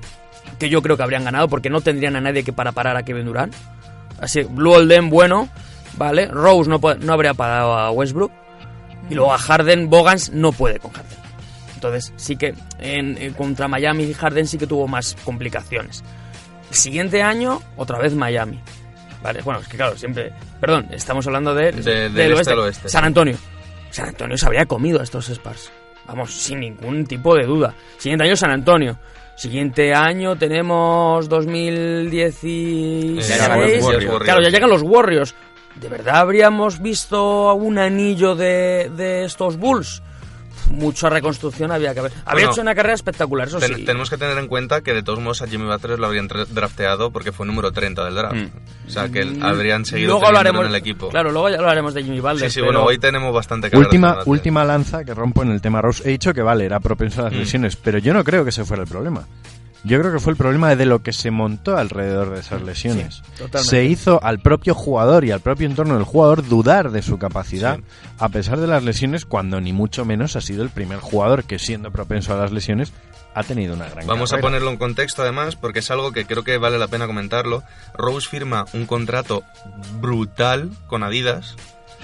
que yo creo que habrían ganado porque no tendrían a nadie que para parar a Kevin Durant. Así, Blue Olden, bueno, ¿vale? Rose no, puede, no habría parado a Westbrook, y luego a Harden, Bogans no puede con Harden. Entonces sí que en, en, contra Miami Harden sí que tuvo más complicaciones. El siguiente año, otra vez Miami. Vale, bueno, es que claro, siempre... Perdón, estamos hablando de, de, del del este oeste. al oeste. San Antonio. San Antonio se habría comido a estos Spurs. Vamos, sin ningún tipo de duda. Siguiente año San Antonio. Siguiente año tenemos dos mil dieciséis. Eh, claro, ya llegan los Warriors. ¿De verdad habríamos visto un anillo de, de estos Bulls? Mucha reconstrucción había que haber. Habría bueno, hecho una carrera espectacular, eso ten, sí. Tenemos que tener en cuenta que de todos modos a Jimmy Butler lo habrían drafteado porque fue número treinta del draft. Mm. O sea, que mm. habrían seguido luego hablaremos, en el equipo. Claro, luego ya hablaremos de Jimmy Butler. Sí, sí, pero... bueno, hoy tenemos bastante que Última, última lanza que rompo en el tema Rose. He dicho que vale, era propenso a las mm. lesiones, pero yo no creo que ese fuera el problema. Yo creo que fue el problema de lo que se montó alrededor de esas lesiones. Sí, se hizo al propio jugador y al propio entorno del jugador dudar de su capacidad, sí. a pesar de las lesiones, cuando ni mucho menos ha sido el primer jugador que, siendo propenso a las lesiones, ha tenido una gran Vamos carrera. a ponerlo en contexto, además, porque es algo que creo que vale la pena comentarlo. Rose firma un contrato brutal con Adidas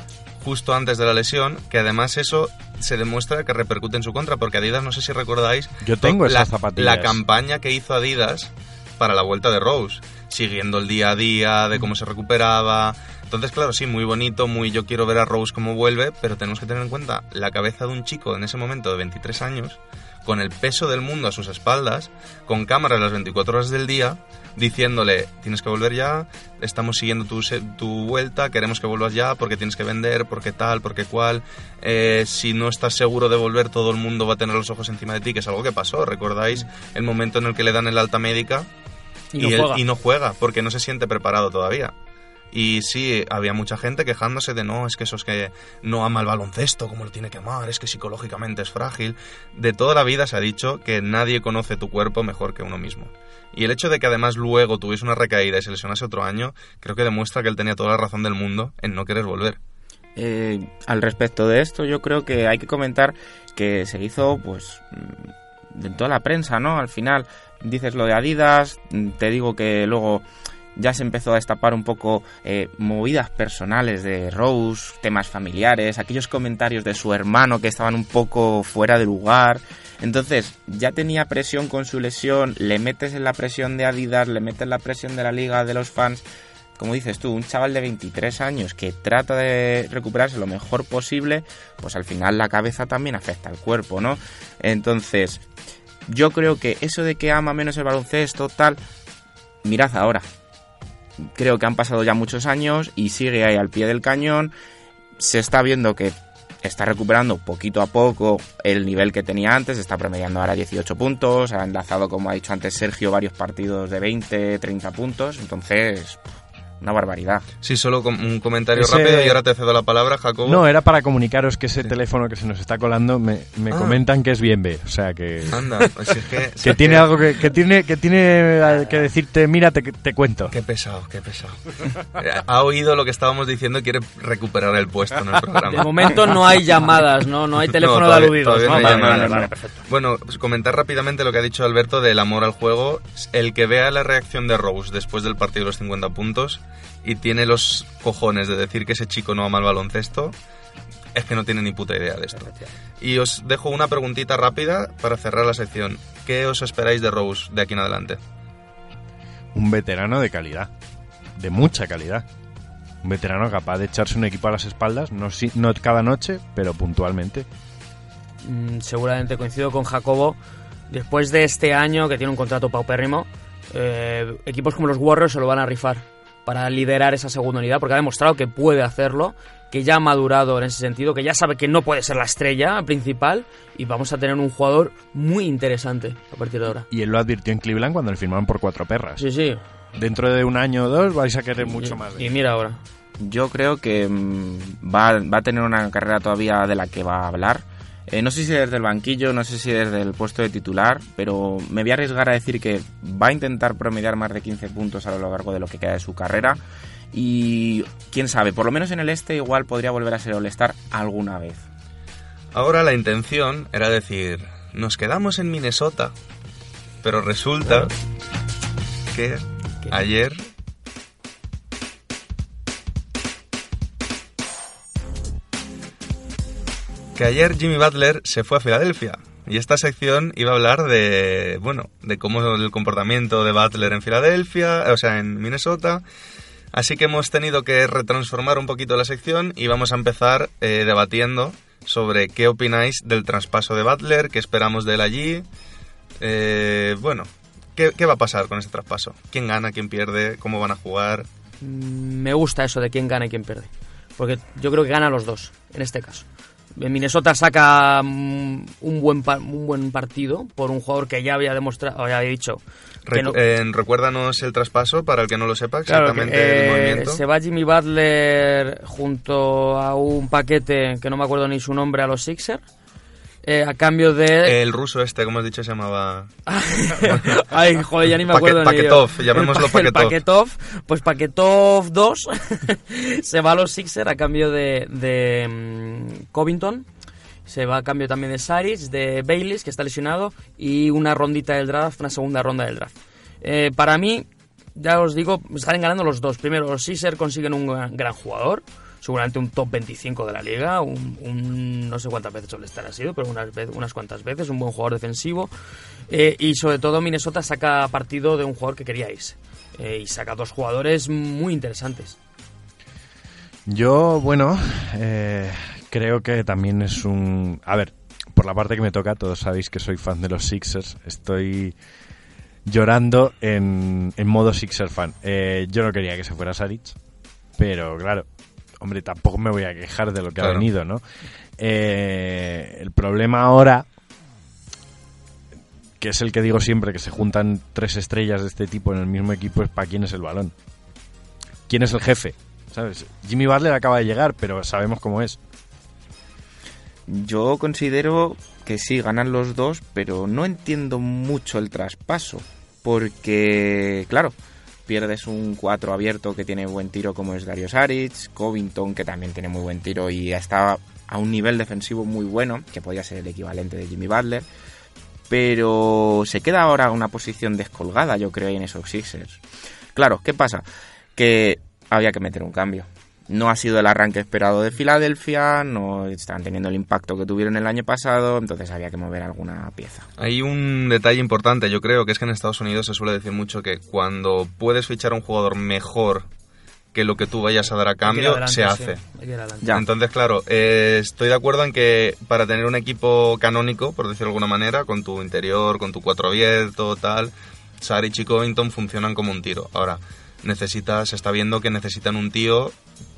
justo antes de la lesión, que además eso se demuestra que repercute en su contra, porque Adidas, no sé si recordáis, yo tengo la, esas zapatillas. La campaña que hizo Adidas para la vuelta de Rose, siguiendo el día a día de cómo se recuperaba. Entonces, claro, sí, muy bonito, muy yo quiero ver a Rose cómo vuelve, pero tenemos que tener en cuenta la cabeza de un chico en ese momento de veintitrés años, con el peso del mundo a sus espaldas, con cámaras las veinticuatro horas del día, diciéndole, tienes que volver ya, estamos siguiendo tu, tu vuelta, queremos que vuelvas ya porque tienes que vender, porque tal, porque cual, eh, si no estás seguro de volver todo el mundo va a tener los ojos encima de ti, que es algo que pasó, ¿recordáis el momento en el que le dan el alta médica y no, y, él, juega. y no juega porque no se siente preparado todavía? Y sí, había mucha gente quejándose de no, es que eso es que no ama el baloncesto como lo tiene que amar, es que psicológicamente es frágil. De toda la vida se ha dicho que nadie conoce tu cuerpo mejor que uno mismo. Y el hecho de que además luego tuviese una recaída y se lesionase otro año, creo que demuestra que él tenía toda la razón del mundo en no querer volver. Eh, al respecto de esto, yo creo que hay que comentar que se hizo, pues, de toda la prensa, ¿no? Al final, dices lo de Adidas, te digo que luego ya se empezó a destapar un poco eh, movidas personales de Rose, temas familiares, aquellos comentarios de su hermano que estaban un poco fuera de lugar. Entonces, ya tenía presión con su lesión, le metes en la presión de Adidas, le metes la presión de la liga, de los fans. Como dices tú, un chaval de veintitrés años que trata de recuperarse lo mejor posible, pues al final la cabeza también afecta al cuerpo, ¿no? Entonces, yo creo que eso de que ama menos el baloncesto, tal, mirad ahora. Creo que han pasado ya muchos años y sigue ahí al pie del cañón. Se está viendo que está recuperando poquito a poco el nivel que tenía antes, está promediando ahora dieciocho puntos, ha enlazado, como ha dicho antes Sergio, varios partidos de veinte, treinta puntos, entonces una barbaridad. Sí, solo com- un comentario Ese... rápido y ahora te cedo la palabra, Jacobo. No, era para comunicaros que ese sí. teléfono que se nos está colando me, me ah. comentan que es bien B, o sea que... Anda, pues es que... que tiene que... algo que, que tiene que tiene que decirte, mira, te, te cuento. Qué pesado, qué pesado. Ha oído lo que estábamos diciendo y quiere recuperar el puesto en el programa. De momento no hay llamadas, no, no hay teléfono no, todavía, de aludidos. No, ¿no? no Vale, vale, vale, vale, perfecto. Bueno, pues comentar rápidamente lo que ha dicho Alberto del amor al juego. El que vea la reacción de Rose después del partido de los cincuenta puntos y tiene los cojones de decir que ese chico no ama el baloncesto, es que no tiene ni puta idea de esto. Y os dejo una preguntita rápida para cerrar la sección. ¿Qué os esperáis de Rose de aquí en adelante? Un veterano de calidad, de mucha calidad. Un veterano capaz de echarse un equipo a las espaldas, no, no cada noche, pero puntualmente. Mm, seguramente coincido con Jacobo. Después de este año, que tiene un contrato paupérrimo, eh, equipos como los Warriors se lo van a rifar para liderar esa segunda unidad, porque ha demostrado que puede hacerlo, que ya ha madurado en ese sentido, que ya sabe que no puede ser la estrella principal, y vamos a tener un jugador muy interesante a partir de ahora. Y él lo advirtió en Cleveland cuando le firmaron por cuatro perras. Sí, sí. Dentro de un año o dos vais a querer mucho y, más. De y mira ahora. Yo creo que mmm, va, va a tener una carrera todavía de la que va a hablar. Eh, no sé si desde el banquillo, no sé si desde el puesto de titular, pero me voy a arriesgar a decir que va a intentar promediar más de quince puntos a lo largo de lo que queda de su carrera. Y quién sabe, por lo menos en el este igual podría volver a ser All-Star alguna vez. Ahora la intención era decir, nos quedamos en Minnesota, pero resulta que ¿Qué? ayer... que ayer Jimmy Butler se fue a Filadelfia y esta sección iba a hablar de, bueno, de cómo el comportamiento de Butler en Filadelfia, o sea, en Minnesota. Así que hemos tenido que retransformar un poquito la sección y vamos a empezar eh, debatiendo sobre qué opináis del traspaso de Butler, qué esperamos de él allí. Eh, bueno, ¿qué, ¿qué va a pasar con ese traspaso? ¿Quién gana, quién pierde? ¿Cómo van a jugar? Me gusta eso de quién gana y quién pierde, porque yo creo que ganan los dos, en este caso. Minnesota saca um, un buen pa- un buen partido por un jugador que ya había demostrado, o ya había dicho. Re- no... eh, recuérdanos el traspaso para el que no lo sepa exactamente. Claro, que, eh, el movimiento. Se va Jimmy Butler junto a un paquete que no me acuerdo ni su nombre a los Sixers. Eh, a cambio de... El ruso este, como has dicho, se llamaba... Ay, joder, ya ni me acuerdo. Paketov, ni llamémoslo el, Paketov. El Paketov, pues Paketov dos se va a los Sixers a cambio de, de um, Covington. Se va a cambio también de Saric, de Bayless, que está lesionado, y una rondita del draft, una segunda ronda del draft. Eh, para mí, ya os digo, están ganando los dos. Primero, los Sixers consiguen un gran, gran jugador, seguramente un top veinticinco de la liga, un, un no sé cuántas veces All-Star ha sido, pero unas, unas cuantas veces, un buen jugador defensivo, eh, y sobre todo Minnesota saca partido de un jugador que quería irse, eh, y saca dos jugadores muy interesantes. Yo, bueno, eh, creo que también es un... A ver, por la parte que me toca, todos sabéis que soy fan de los Sixers, estoy llorando en, en modo Sixer fan. Eh, yo no quería que se fuera Saric, pero claro, hombre, tampoco me voy a quejar de lo que claro. ha venido, ¿no? Eh, el problema ahora, que es el que digo siempre, que se juntan tres estrellas de este tipo en el mismo equipo, es para quién es el balón. ¿Quién es el jefe? ¿Sabes? Jimmy Butler acaba de llegar, pero sabemos cómo es. Yo considero que sí, ganan los dos, pero no entiendo mucho el traspaso, porque, claro, pierdes un cuatro abierto que tiene buen tiro como es Dario Saric, Covington que también tiene muy buen tiro y está a un nivel defensivo muy bueno, que podría ser el equivalente de Jimmy Butler, pero se queda ahora una posición descolgada, yo creo, en esos Sixers. Claro, ¿qué pasa? Que había que meter un cambio. No ha sido el arranque esperado de Filadelfia, no están teniendo el impacto que tuvieron el año pasado, entonces había que mover alguna pieza. Hay un detalle importante, yo creo, que es que en Estados Unidos se suele decir mucho que cuando puedes fichar a un jugador mejor que lo que tú vayas a dar a cambio, adelante, se hace. Sí, entonces, claro, eh, estoy de acuerdo en que para tener un equipo canónico, por decirlo de alguna manera, con tu interior, con tu cuatro abierto, tal, Saric y Covington funcionan como un tiro. Ahora, necesitas, se está viendo que necesitan un tío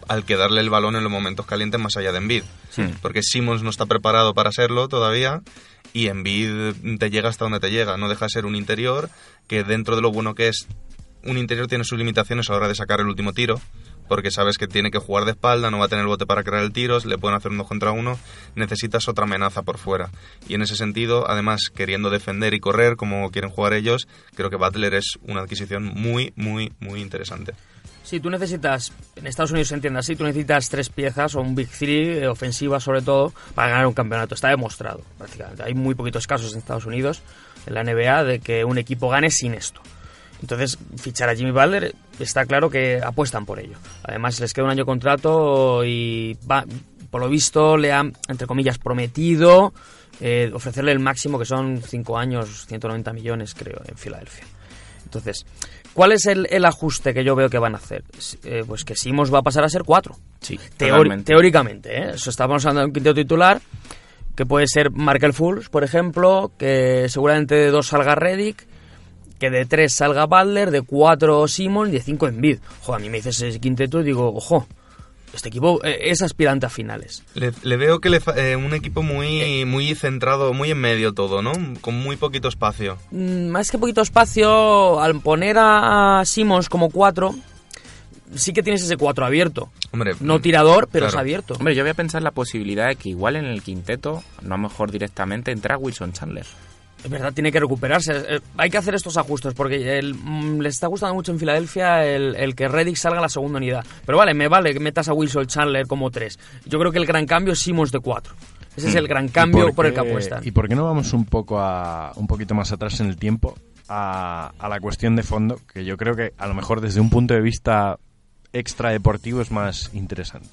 al que darle el balón en los momentos calientes más allá de Embiid. Sí. Porque Simmons no está preparado para serlo todavía y Embiid te llega hasta donde te llega. No deja de ser un interior que, dentro de lo bueno que es, un interior tiene sus limitaciones a la hora de sacar el último tiro, porque sabes que tiene que jugar de espalda, no va a tener el bote para crear el tiro, le pueden hacer uno contra uno, necesitas otra amenaza por fuera. Y en ese sentido, además, queriendo defender y correr como quieren jugar ellos, creo que Butler es una adquisición muy, muy, muy interesante. Sí, tú necesitas, en Estados Unidos se entiende así, tú necesitas tres piezas, o un Big Three, eh, ofensiva sobre todo, para ganar un campeonato. Está demostrado, prácticamente. Hay muy poquitos casos en Estados Unidos, en la N B A, de que un equipo gane sin esto. Entonces, fichar a Jimmy Butler, está claro que apuestan por ello. Además, les queda un año de contrato y, va, por lo visto, le han, entre comillas, prometido eh, ofrecerle el máximo, que son cinco años, ciento noventa millones, creo, en Filadelfia. Entonces, ¿cuál es el, el ajuste que yo veo que van a hacer? Eh, pues que Simmons va a pasar a ser cuatro. Sí, Teori- teóricamente, ¿eh? Eso estamos hablando de un quinteto titular, que puede ser Markel Fultz, por ejemplo, que seguramente de dos salga Redick, que de tres salga Butler, de cuatro Simmons y de cinco Embiid. Joder, a mí me dices ese quinteto y digo, ojo, este equipo eh, es aspirante a finales. Le, le veo que le fa- eh, un equipo muy, muy centrado, muy en medio todo, ¿no? Con muy poquito espacio. Mm, más que poquito espacio, al poner a Simmons como cuatro, sí que tienes ese cuatro abierto. Hombre, No tirador, pero claro. es abierto. Hombre, yo voy a pensar la posibilidad de que igual en el quinteto, no a lo mejor directamente, entra Wilson Chandler. Es verdad, tiene que recuperarse. Eh, hay que hacer estos ajustes porque el, mm, les está gustando mucho en Filadelfia el, el que Redick salga a la segunda unidad. Pero vale, me vale que metas a Wilson Chandler como tres. Yo creo que el gran cambio es Simmons de cuatro. Ese es el gran cambio por, por el que apuestan. ¿Y por qué no vamos un poco a un poquito más atrás en el tiempo a, a la cuestión de fondo? Que yo creo que a lo mejor desde un punto de vista extradeportivo es más interesante.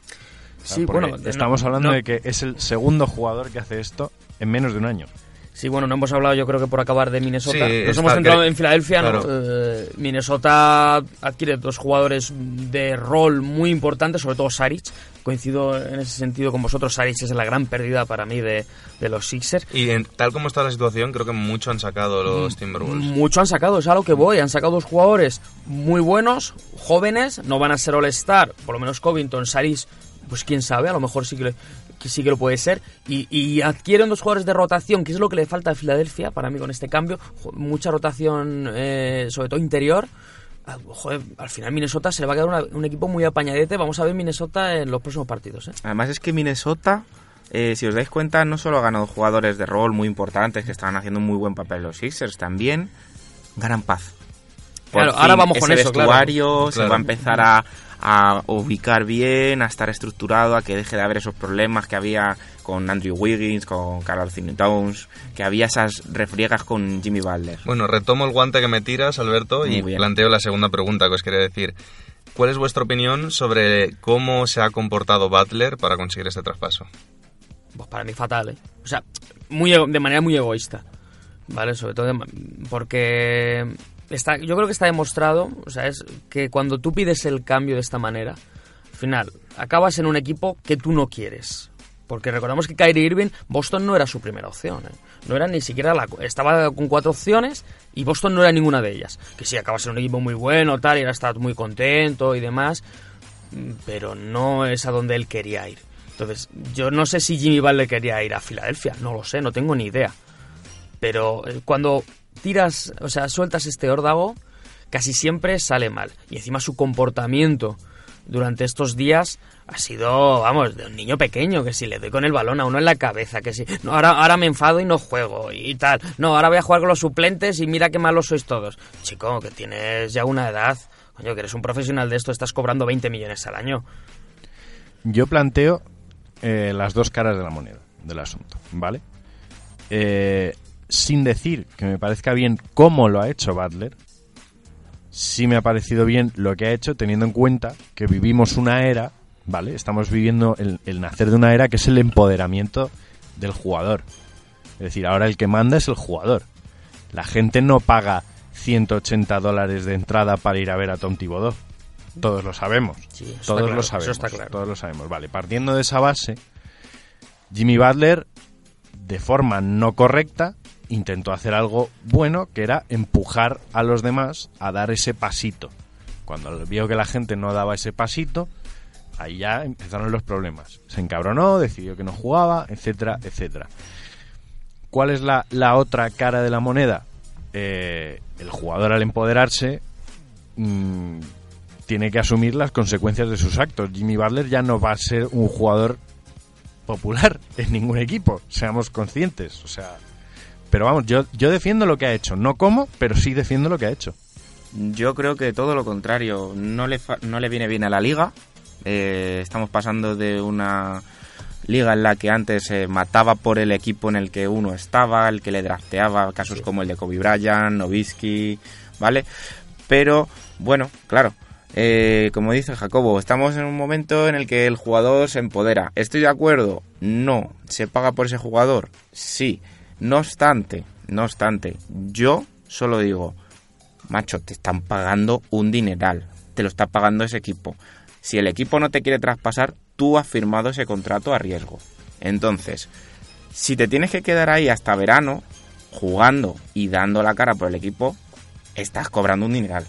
O sea, Sí, bueno, estamos no, hablando no. de que es el segundo jugador que hace esto en menos de un año. Sí, bueno, no hemos hablado, yo creo que por acabar de Minnesota. Sí, Nos está- hemos centrado cre- en Filadelfia, ¿no? claro. Eh, Minnesota adquiere dos jugadores de rol muy importantes, sobre todo Saric. Coincido en ese sentido con vosotros. Saric es la gran pérdida para mí de, de los Sixers. Y en, tal como está la situación, creo que mucho han sacado los Timberwolves. Mucho han sacado, es a lo que voy. Han sacado dos jugadores muy buenos, jóvenes, no van a ser All-Star, por lo menos Covington, Saric, pues quién sabe, a lo mejor sí que, le, que sí que lo puede ser. Y, y adquieren dos jugadores de rotación, que es lo que le falta a Filadelfia, para mí, con este cambio. Jo- Mucha rotación, eh, sobre todo interior. Ah, joder, al final Minnesota se le va a quedar una- un equipo muy apañadete. Vamos a ver Minnesota en los próximos partidos, ¿eh? Además es que Minnesota, eh, si os dais cuenta, no solo ha ganado jugadores de rol muy importantes que estaban haciendo un muy buen papel los Sixers, también ganan paz. Por Claro, fin, ahora vamos con ese eso, claro. vestuario se Claro. va a empezar a, a ubicar bien, a estar estructurado, a que deje de haber esos problemas que había con Andrew Wiggins, con Karl Anthony Towns, que había esas refriegas con Jimmy Butler. Bueno, retomo el guante que me tiras, Alberto, y Muy bien. planteo la segunda pregunta que os quería decir. ¿Cuál es vuestra opinión sobre cómo se ha comportado Butler para conseguir este traspaso? Pues para mí fatal, ¿eh? O sea, muy ego- de manera muy egoísta, ¿vale? Sobre todo de ma- porque está, yo creo que está demostrado, o sea, es que cuando tú pides el cambio de esta manera, al final acabas en un equipo que tú no quieres. Porque recordamos que Kyrie Irving, Boston no era su primera opción, ¿eh? No era ni siquiera la... Estaba con cuatro opciones y Boston no era ninguna de ellas. Que sí, acabas en un equipo muy bueno, tal, y ahora está muy contento y demás, pero no es a donde él quería ir. Entonces, yo no sé si Jimmy Butler quería ir a Filadelfia, no lo sé, no tengo ni idea. Pero eh, cuando tiras, o sea, sueltas este órdago, casi siempre sale mal. Y encima su comportamiento durante estos días ha sido, vamos, de un niño pequeño, que si le doy con el balón a uno en la cabeza, que si, no, ahora, ahora me enfado y no juego, y tal. No, ahora voy a jugar con los suplentes y mira qué malos sois todos. Chico, que tienes ya una edad, coño, que eres un profesional de esto, estás cobrando veinte millones al año. Yo planteo eh, las dos caras de la moneda del asunto, ¿vale? Eh, sin decir que me parezca bien cómo lo ha hecho Butler, sí me ha parecido bien lo que ha hecho, teniendo en cuenta que vivimos una era, ¿vale? Estamos viviendo el, el nacer de una era que es el empoderamiento del jugador. Es decir, ahora el que manda es el jugador. La gente no paga ciento ochenta dólares de entrada para ir a ver a Tom Thibodeau. Todos lo sabemos. Sí, eso está Todos Todos claro, lo eso sabemos. está claro. Todos lo sabemos. Vale, partiendo de esa base, Jimmy Butler, de forma no correcta, intentó hacer algo bueno, que era empujar a los demás a dar ese pasito. Cuando vio que la gente no daba ese pasito, Ahí ya empezaron los problemas. Se encabronó, decidió que no jugaba, etcétera, etcétera. ¿Cuál es la, la otra cara de la moneda? Eh, el jugador, al empoderarse, mmm, tiene que asumir las consecuencias de sus actos. Jimmy Butler ya no va a ser un jugador popular en ningún equipo, seamos conscientes. O sea, pero vamos, yo, yo defiendo lo que ha hecho. No como, pero sí defiendo lo que ha hecho. Yo creo que todo lo contrario. No le, fa- no le viene bien a la liga. Eh, estamos pasando de una liga en la que antes se mataba por el equipo en el que uno estaba, el que le drafteaba, casos sí. como el de Kobe Bryant, Nowitzki, ¿vale? Pero, bueno, claro, eh, como dice Jacobo, estamos en un momento en el que el jugador se empodera. ¿Estoy de acuerdo? No. ¿Se paga por ese jugador? Sí. No obstante, no obstante, yo solo digo, macho, te están pagando un dineral, te lo está pagando ese equipo. Si el equipo no te quiere traspasar, tú has firmado ese contrato a riesgo. Entonces, si te tienes que quedar ahí hasta verano, jugando y dando la cara por el equipo, estás cobrando un dineral.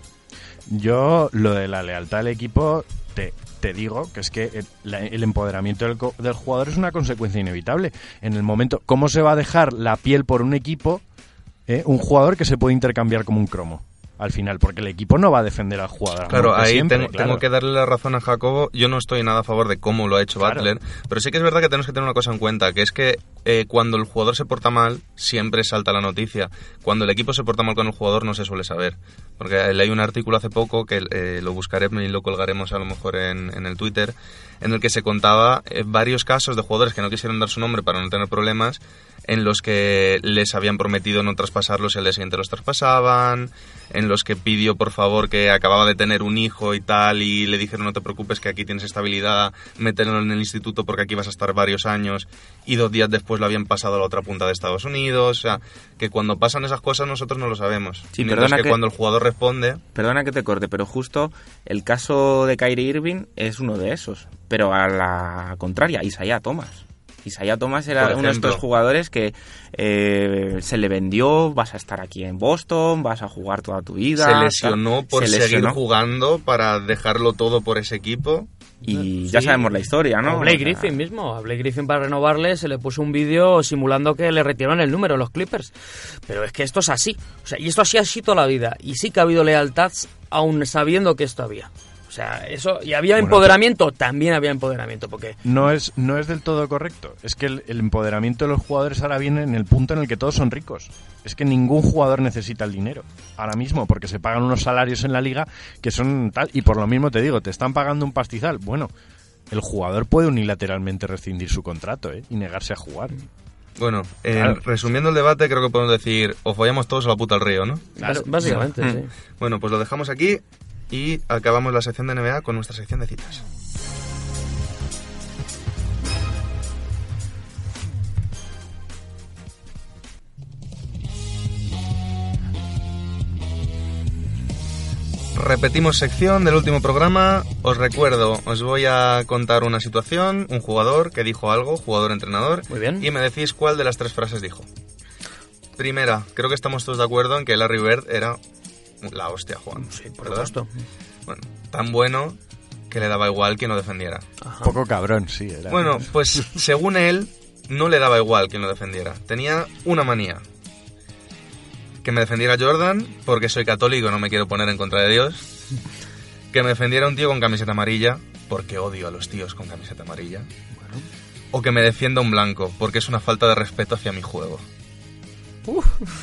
Yo, lo de la lealtad al equipo, te, te digo que es que el, la, el empoderamiento del, del jugador es una consecuencia inevitable. En el momento, ¿cómo se va a dejar la piel por un equipo, eh, un jugador que se puede intercambiar como un cromo? Al final, porque el equipo no va a defender al jugador. Claro, ahí siempre, tengo, claro. tengo que darle la razón a Jacobo. Yo no estoy nada a favor de cómo lo ha hecho claro. Butler, pero sí que es verdad que tenemos que tener una cosa en cuenta, que es que eh, cuando el jugador se porta mal, siempre salta la noticia. Cuando el equipo se porta mal con el jugador, no se suele saber. Porque leí un artículo hace poco, que eh, lo buscaremos y lo colgaremos a lo mejor en, en el Twitter, en el que se contaba eh, varios casos de jugadores que no quisieron dar su nombre para no tener problemas, en los que les habían prometido no traspasarlos y al día siguiente los traspasaban, en los que pidió por favor que acababa de tener un hijo y tal, y le dijeron no te preocupes que aquí tienes estabilidad, mételo en el instituto porque aquí vas a estar varios años, y dos días después lo habían pasado a la otra punta de Estados Unidos. O sea, que cuando pasan esas cosas nosotros no lo sabemos. Sí, mientras que, que cuando el jugador responde... Perdona que te corte, pero justo el caso de Kyrie Irving es uno de esos, pero a la contraria, Isaiah Thomas. Isaiah Thomas era uno de estos jugadores que eh, se le vendió, vas a estar aquí en Boston, vas a jugar toda tu vida. Se lesionó por se seguir lesionó. jugando para dejarlo todo por ese equipo. Y sí. ya sabemos la historia, ¿no? A Blake o sea... Griffin mismo. A Blake Griffin, para renovarle, se le puso un vídeo simulando que le retiraron el número los Clippers. Pero es que esto es así. O sea, y esto así ha sido toda la vida. Y sí que ha habido lealtad aún sabiendo que esto había. O sea, eso, y había bueno, empoderamiento, también había empoderamiento, porque... No es, no es del todo correcto. Es que el, el empoderamiento de los jugadores ahora viene en el punto en el que todos son ricos. Es que ningún jugador necesita el dinero ahora mismo, porque se pagan unos salarios en la liga que son tal, y por lo mismo te digo, te están pagando un pastizal. Bueno, el jugador puede unilateralmente rescindir su contrato, ¿eh? Y negarse a jugar. Bueno, eh, claro. Resumiendo el debate, creo que podemos decir, o follamos todos a la puta al río, ¿no? Claro. Básicamente, sí. Bueno, pues lo dejamos aquí. Y acabamos la sección de N B A con nuestra sección de citas. Repetimos sección del último programa. Os recuerdo, os voy a contar una situación, un jugador que dijo algo, jugador-entrenador. Muy bien. Y me decís cuál de las tres frases dijo. Primera, creo que estamos todos de acuerdo en que Larry Bird era la hostia, Juan. Sí, por supuesto. Bueno, tan bueno que le daba igual quien lo defendiera. Ajá. Poco cabrón, sí. Era. Bueno, pues según él, no le daba igual quien lo defendiera. Tenía una manía. Que me defendiera Jordan, porque soy católico y no me quiero poner en contra de Dios. Que me defendiera un tío con camiseta amarilla, porque odio a los tíos con camiseta amarilla. Bueno. O que me defienda un blanco, porque es una falta de respeto hacia mi juego. Uh.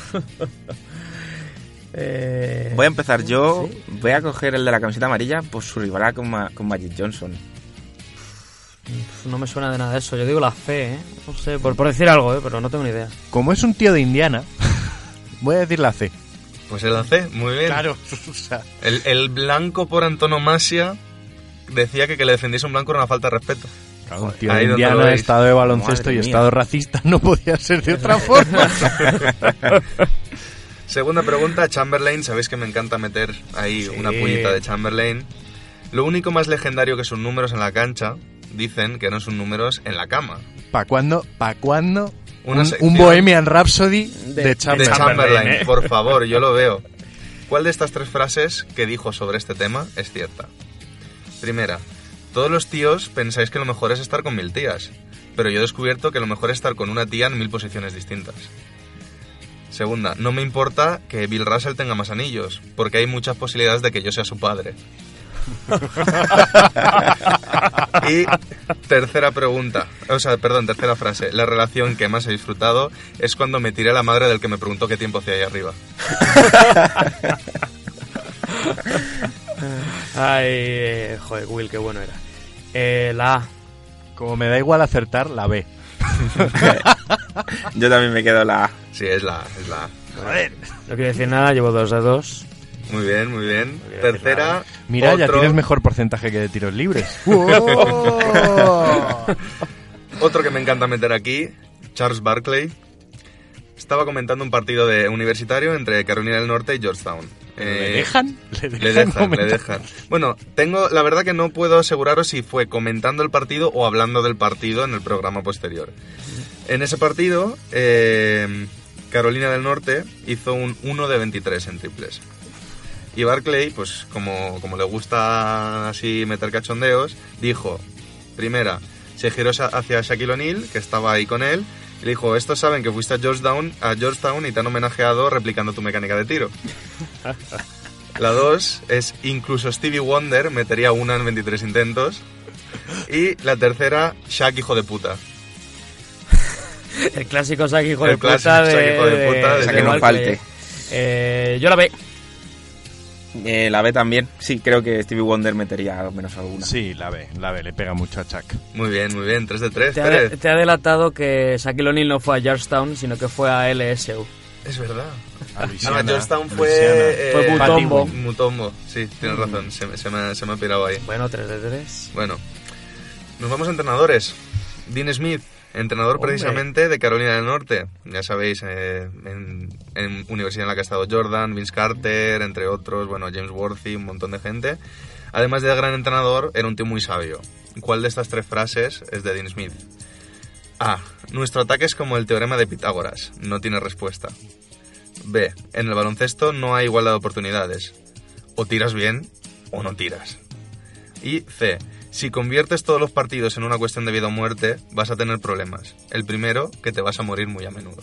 Eh, voy a empezar yo. ¿Sí? Voy a coger el de la camiseta amarilla por su rivalidad con, Ma- con Magic Johnson. No me suena de nada de eso. Yo digo la fe, ¿eh? No sé, por, por decir algo, ¿eh? Pero no tengo ni idea. Como es un tío de Indiana, voy a decir la C. Pues el la C, muy bien. Claro. O sea. el, el blanco por antonomasia decía que que le defendiese un blanco era una falta de respeto. Claro, un tío de Indiana, estado de baloncesto y estado racista no podía ser de otra forma. Segunda pregunta, Chamberlain. Sabéis que me encanta meter ahí sí. una puñita de Chamberlain. Lo único más legendario que sus números en la cancha, dicen que no son números en la cama. ¿Para cuándo? ¿Para cuándo? Una un, un Bohemian Rhapsody de, de Chamberlain. De Chamberlain, ¿eh? Por favor, yo lo veo. ¿Cuál de estas tres frases que dijo sobre este tema es cierta? Primera, Todos los tíos pensáis que lo mejor es estar con mil tías, pero yo he descubierto que lo mejor es estar con una tía en mil posiciones distintas. Segunda, no me importa que Bill Russell tenga más anillos, porque hay muchas posibilidades de que yo sea su padre. Y tercera pregunta, o sea, perdón, tercera frase. La relación que más he disfrutado es cuando me tiré a la madre del que me preguntó qué tiempo hacía ahí arriba. Ay, eh, joder, Will, qué bueno era. Eh, la A. Como me da igual acertar, la B. Yo también me quedo la A. Sí, es la A, es la A. Joder. No quiero decir nada, llevo dos de dos. Muy bien, muy bien. Tercera. Mira, otro... ya tienes mejor porcentaje que de tiros libres. Otro que me encanta meter aquí, Charles Barkley. Estaba comentando un partido de universitario entre Carolina del Norte y Georgetown. ¿Le Eh, dejan? ¿Le dejan? Le dejan, le comentar? dejan. Bueno, tengo, la verdad que no puedo aseguraros si fue comentando el partido o hablando del partido en el programa posterior. En ese partido, eh, Carolina del Norte hizo un uno de veintitrés en triples. Y Barkley, pues como, como le gusta así meter cachondeos, dijo, primera, se giró hacia Shaquille O'Neal, que estaba ahí con él, y le dijo, estos saben que fuiste a Georgetown, a Georgetown y te han homenajeado replicando tu mecánica de tiro. La dos es, incluso Stevie Wonder metería una en veintitrés intentos. Y la tercera, Shaq, hijo de puta. El clásico Shaq, hijo El de puta clásico de, Shaq, hijo de puta, de, de Esa de que no Barkley. falte. Eh, yo la B. Eh, la B también. Sí, creo que Stevie Wonder metería al menos alguna. Sí, la B, la B, le pega mucho a Chuck. Muy bien, muy bien, tres de tres, Te ha, Pérez. te ha delatado que Shaquille O'Neal no fue a Georgetown, sino que fue a L S U. Es verdad. A Luisiana, No, Georgetown fue... Luisiana. eh, Fue Mutombo. Mutombo, sí, tienes razón, se, se, me, ha- se me ha pirado ahí. Bueno, tres de tres. Bueno, nos vamos a entrenadores. Dean Smith, entrenador Hombre. precisamente de Carolina del Norte. Ya sabéis, eh, en, en universidad en la que ha estado Jordan, Vince Carter, entre otros, bueno, James Worthy, un montón de gente. Además de gran entrenador, era un tío muy sabio. ¿Cuál de estas tres frases es de Dean Smith? A. Nuestro ataque es como el teorema de Pitágoras. No tiene respuesta. B. En el baloncesto no hay igualdad de oportunidades. O tiras bien o no tiras. Y C. Si conviertes todos los partidos en una cuestión de vida o muerte, vas a tener problemas. El primero, que te vas a morir muy a menudo.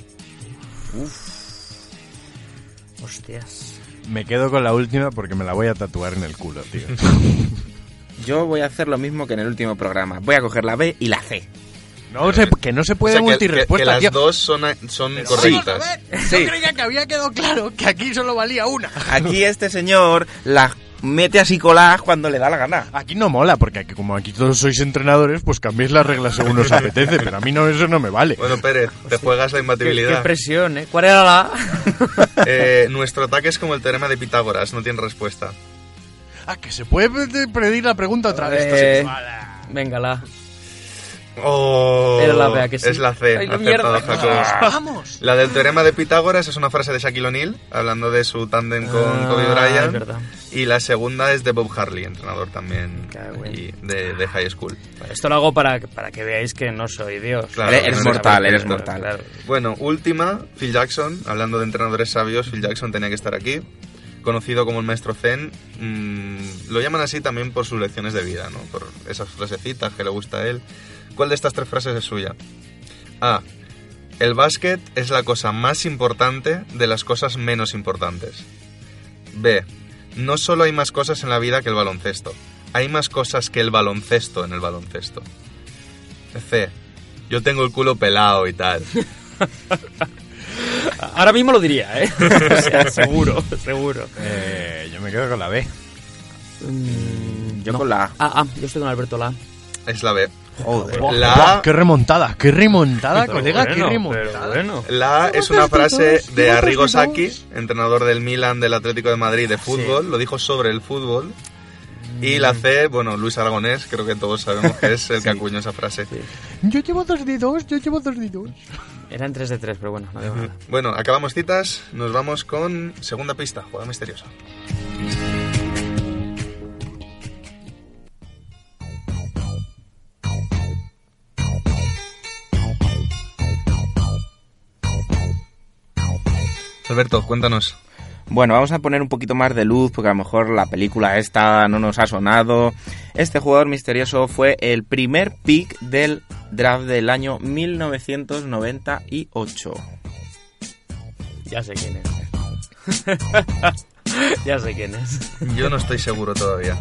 Hostias. Me quedo con la última porque me la voy a tatuar en el culo, tío. Yo voy a hacer lo mismo que en el último programa. Voy a coger la B y la C. No se, que no se puede O sea, que- que, que multirrespuesta, las tío. dos son, son Pero correctas. vamos a ver, Sí. Yo creía que había quedado claro que aquí solo valía una. Aquí este señor la mete así coladas cuando le da la gana. Aquí no mola, porque aquí, como aquí todos sois entrenadores, pues cambiéis las reglas según os apetece, pero a mí no, eso no me vale. Bueno, Pérez, te juegas la Qué, qué imbatibilidad. presión, ¿eh? ¿Cuál era la A? Eh, nuestro ataque es como el teorema de Pitágoras, no tiene respuesta. Ah, que se puede pre- pedir la pregunta otra vez. Eh, Esto sí. venga, la A. Oh, Era la B, ¿a que sí? Es la C, Ay, la acertado, mierda. Jacob. ¡Vamos! La del teorema de Pitágoras es una frase de Shaquille O'Neal, hablando de su tándem con Ah, Kobe es Bryant. verdad. Y la segunda es de Bob Harley, entrenador también Cago en- y de, de high school. Esto lo hago para, para que veáis que no soy Dios. Claro, Eres- eres no mortal, eres perfecto. mortal. Claro. Bueno, última, Phil Jackson. Hablando de entrenadores sabios, Phil Jackson tenía que estar aquí. Conocido como el maestro Zen. Mmm, lo llaman así también por sus lecciones de vida, ¿no? Por esas frasecitas que le gusta a él. ¿Cuál de estas tres frases es suya? A. El básquet es la cosa más importante de las cosas menos importantes. B. No solo hay más cosas en la vida que el baloncesto. Hay más cosas que el baloncesto en el baloncesto. C. Yo tengo el culo pelado y tal. Ahora mismo lo diría, ¿eh? O sea, seguro, seguro. Eh, yo me quedo con la B. Mm, Yo no. con la A. Ah, ah, yo estoy con Alberto la A. Es la B. Joder. La Buah, A, ¡Qué remontada! ¡Qué remontada, Pero colega! ¡Qué bueno, remontada! pero bueno. la A es una frase de Arrigo Sacchi, entrenador del Milan, del Atlético de Madrid de fútbol. Lo dijo sobre el fútbol. Y la C, bueno, Luis Aragonés, creo que todos sabemos que es el que acuñó esa frase. Yo llevo dos de dos, yo llevo dos de dos. Eran tres de tres, pero bueno, no digo nada. Bueno, acabamos citas, nos vamos con segunda pista, jugada misteriosa. Alberto, cuéntanos. Bueno, vamos a poner un poquito más de luz porque a lo mejor la película esta no nos ha sonado. Este jugador misterioso fue el primer pick del draft del año mil novecientos noventa y ocho. Ya sé quién es. Ya sé quién es. Yo no estoy seguro todavía.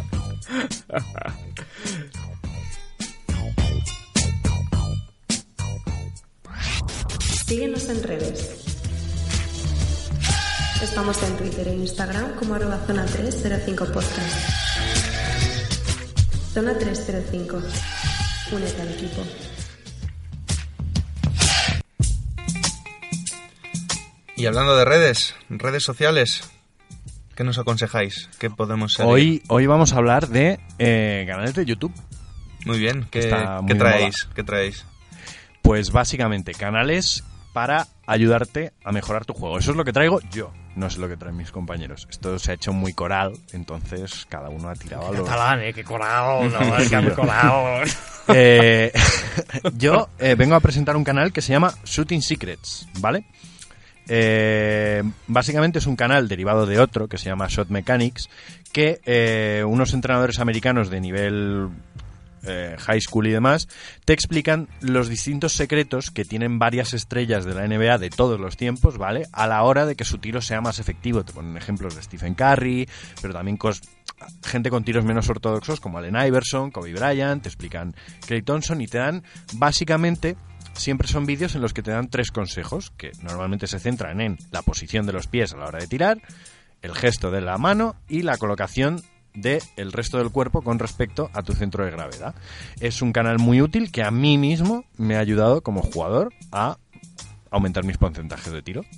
Síguenos en redes. Estamos en Twitter e Instagram como arroba zona tres cero cinco podcast. Zona tres cero cinco. Únete al equipo. Y hablando de redes, redes sociales, ¿qué nos aconsejáis? ¿Qué podemos seguir? Hoy, hoy vamos a hablar de eh, canales de YouTube. Muy bien, ¿qué, Está muy ¿qué de traéis? moda. ¿Qué traéis? Pues básicamente canales para ayudarte a mejorar tu juego. Eso es lo que traigo yo, no es lo que traen mis compañeros. Esto se ha hecho muy coral, entonces cada uno ha tirado a los... Catalán, eh, que coral, no, es que han colado. Eh, yo eh, vengo a presentar un canal que se llama Shooting Secrets, ¿vale? Eh, básicamente es un canal derivado de otro que se llama Shot Mechanics, que eh, unos entrenadores americanos de nivel eh, high school y demás te explican los distintos secretos que tienen varias estrellas de la N B A de todos los tiempos, ¿vale? A la hora de que su tiro sea más efectivo. Te ponen ejemplos de Stephen Curry, pero también cos gente con tiros menos ortodoxos como Allen Iverson, Kobe Bryant, te explican Klay Thompson y te dan básicamente... Siempre son vídeos en los que te dan tres consejos, que normalmente se centran en la posición de los pies a la hora de tirar, el gesto de la mano y la colocación del resto del cuerpo con respecto a tu centro de gravedad. Es un canal muy útil que a mí mismo me ha ayudado como jugador a aumentar mis porcentajes de tiro.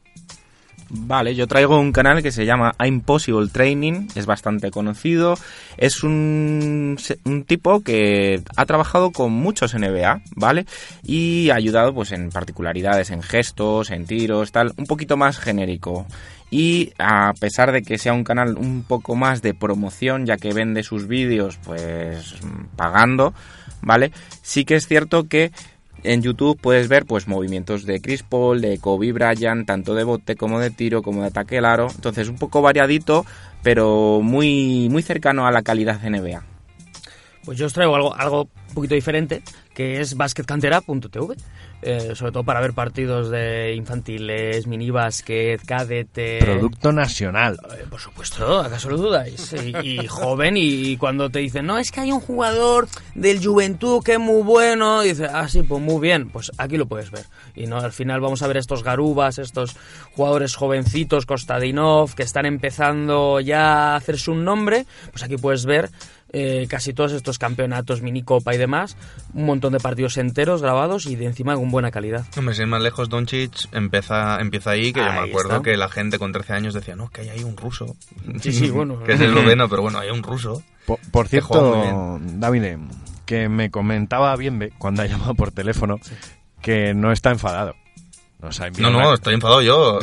Vale, yo traigo un canal que se llama Impossible Training, es bastante conocido, es un, un tipo que ha trabajado con muchos N B A, ¿vale? Y ha ayudado pues en particularidades, en gestos, en tiros, tal, un poquito más genérico. Y a pesar de que sea un canal un poco más de promoción, ya que vende sus vídeos pues pagando, ¿vale? Sí que es cierto que en YouTube puedes ver pues movimientos de Chris Paul, de Kobe Bryant, tanto de bote como de tiro, como de ataque al aro. Entonces un poco variadito, pero muy, muy cercano a la calidad N B A. Pues yo os traigo algo, algo un poquito diferente, que es basketcantera punto t v. Eh, sobre todo para ver partidos de infantiles, minibásquet, cadete... Producto nacional. Eh, por supuesto, ¿acaso lo dudáis? Y, y joven, y cuando te dicen, no, es que hay un jugador del Juventud que es muy bueno, y dices, ah, sí, pues muy bien, pues aquí lo puedes ver. Y no, al final vamos a ver estos garubas, estos jugadores jovencitos, Kostadinov, que están empezando ya a hacerse un nombre, pues aquí puedes ver eh, casi todos estos campeonatos, minicopa y demás, un montón de partidos enteros grabados y de encima con buena calidad. Hombre, sin más lejos, Doncic empieza, empieza ahí, que ahí yo me acuerdo está. Que la gente con trece años decía, no, que hay ahí un ruso. Sí, sí, bueno. Que es esloveno, pero bueno, hay un ruso. Por, por cierto, David, que me comentaba Bienve cuando ha llamado por teléfono, sí, que no está enfadado. O sea, no, no, una... estoy enfadado yo.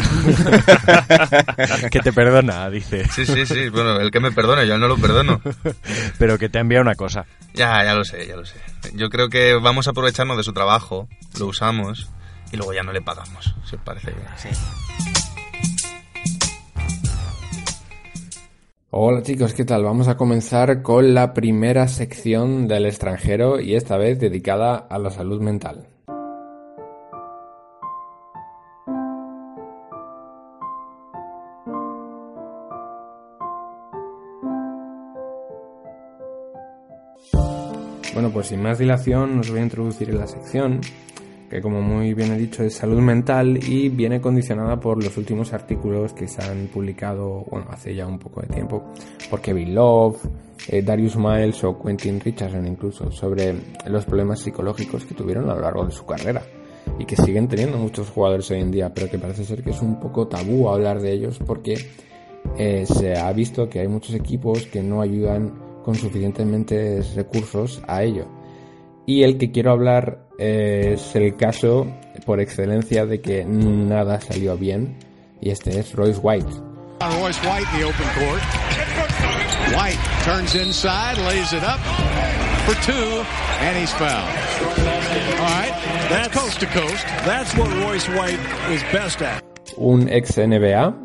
Que te perdona, dice. Sí, sí, sí. Bueno, el que me perdone, yo no lo perdono. Pero que te ha enviado una cosa. Ya, ya lo sé, ya lo sé. Yo creo que vamos a aprovecharnos de su trabajo, lo usamos y luego ya no le pagamos, si os parece bien. Sí. Hola chicos, ¿qué tal? Vamos a comenzar con la primera sección del extranjero y esta vez dedicada a la salud mental. Bueno, pues sin más dilación os voy a introducir en la sección, que como muy bien he dicho es salud mental y viene condicionada por los últimos artículos que se han publicado, bueno, hace ya un poco de tiempo, por Kevin Love, eh, Darius Miles o Quentin Richardson incluso, sobre los problemas psicológicos que tuvieron a lo largo de su carrera y que siguen teniendo muchos jugadores hoy en día, pero que parece ser que es un poco tabú hablar de ellos porque eh, se ha visto que hay muchos equipos que no ayudan con suficientemente recursos a ello. Y el que quiero hablar eh, es el caso por excelencia de que nada salió bien, y este es Royce White. Royce White in the open court. White turns inside, lays it up for two, and he's fouled. All right, that's coast to coast. That's what Royce White is best at. Un ex N B A